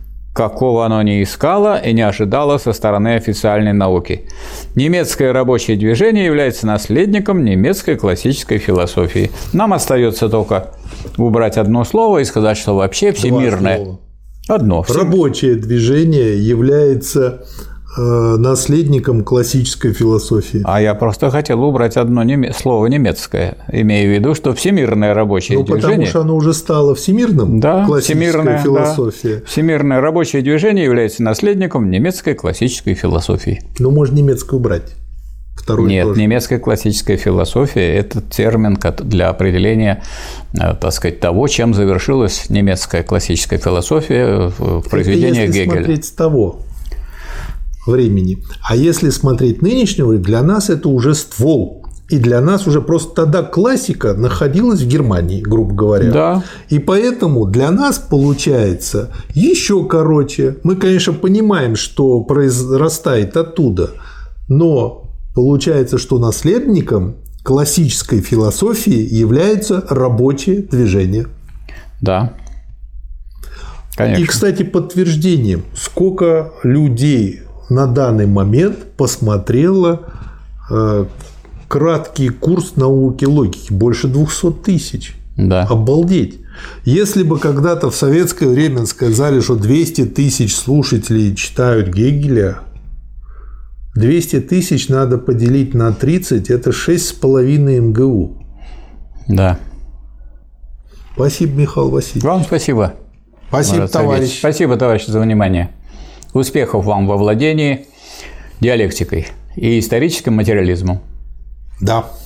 какого оно не искало и не ожидало со стороны официальной науки. Немецкое рабочее движение является наследником немецкой классической философии. Нам остается только убрать одно слово и сказать, что вообще всемирное... Одно. Всем... Рабочее движение является э, наследником классической философии. А я просто хотел убрать одно неме... слово немецкое, имея в виду, что всемирное рабочее ну, движение... потому что оно уже стало всемирным, да, классическая философия. Да. Всемирное рабочее движение является наследником немецкой классической философии. Ну, можно немецкое убрать. Второй Нет, тоже. Немецкая классическая философия – это термин для определения, так сказать, того, чем завершилась немецкая классическая философия в произведениях Гегеля. Это если смотреть с того времени. А если смотреть нынешнего, для нас это уже ствол. И для нас уже просто тогда классика находилась в Германии, грубо говоря. Да. И поэтому для нас получается еще короче. Мы, конечно, понимаем, что произрастает оттуда, но получается, что наследником классической философии является рабочее движение. Да. Конечно. И, кстати, подтверждением, сколько людей на данный момент посмотрело э, краткий курс науки логики. Больше двухсот тысяч. Да. Обалдеть. Если бы когда-то в советское время сказали, что двести тысяч слушателей читают Гегеля, двести тысяч надо поделить на тридцать, это шесть с половиной эм гэ у. Да. Спасибо, Михаил Васильевич. Вам спасибо. Спасибо, товарищ. Спасибо, товарищ, за внимание. Успехов вам во владении диалектикой и историческим материализмом. Да.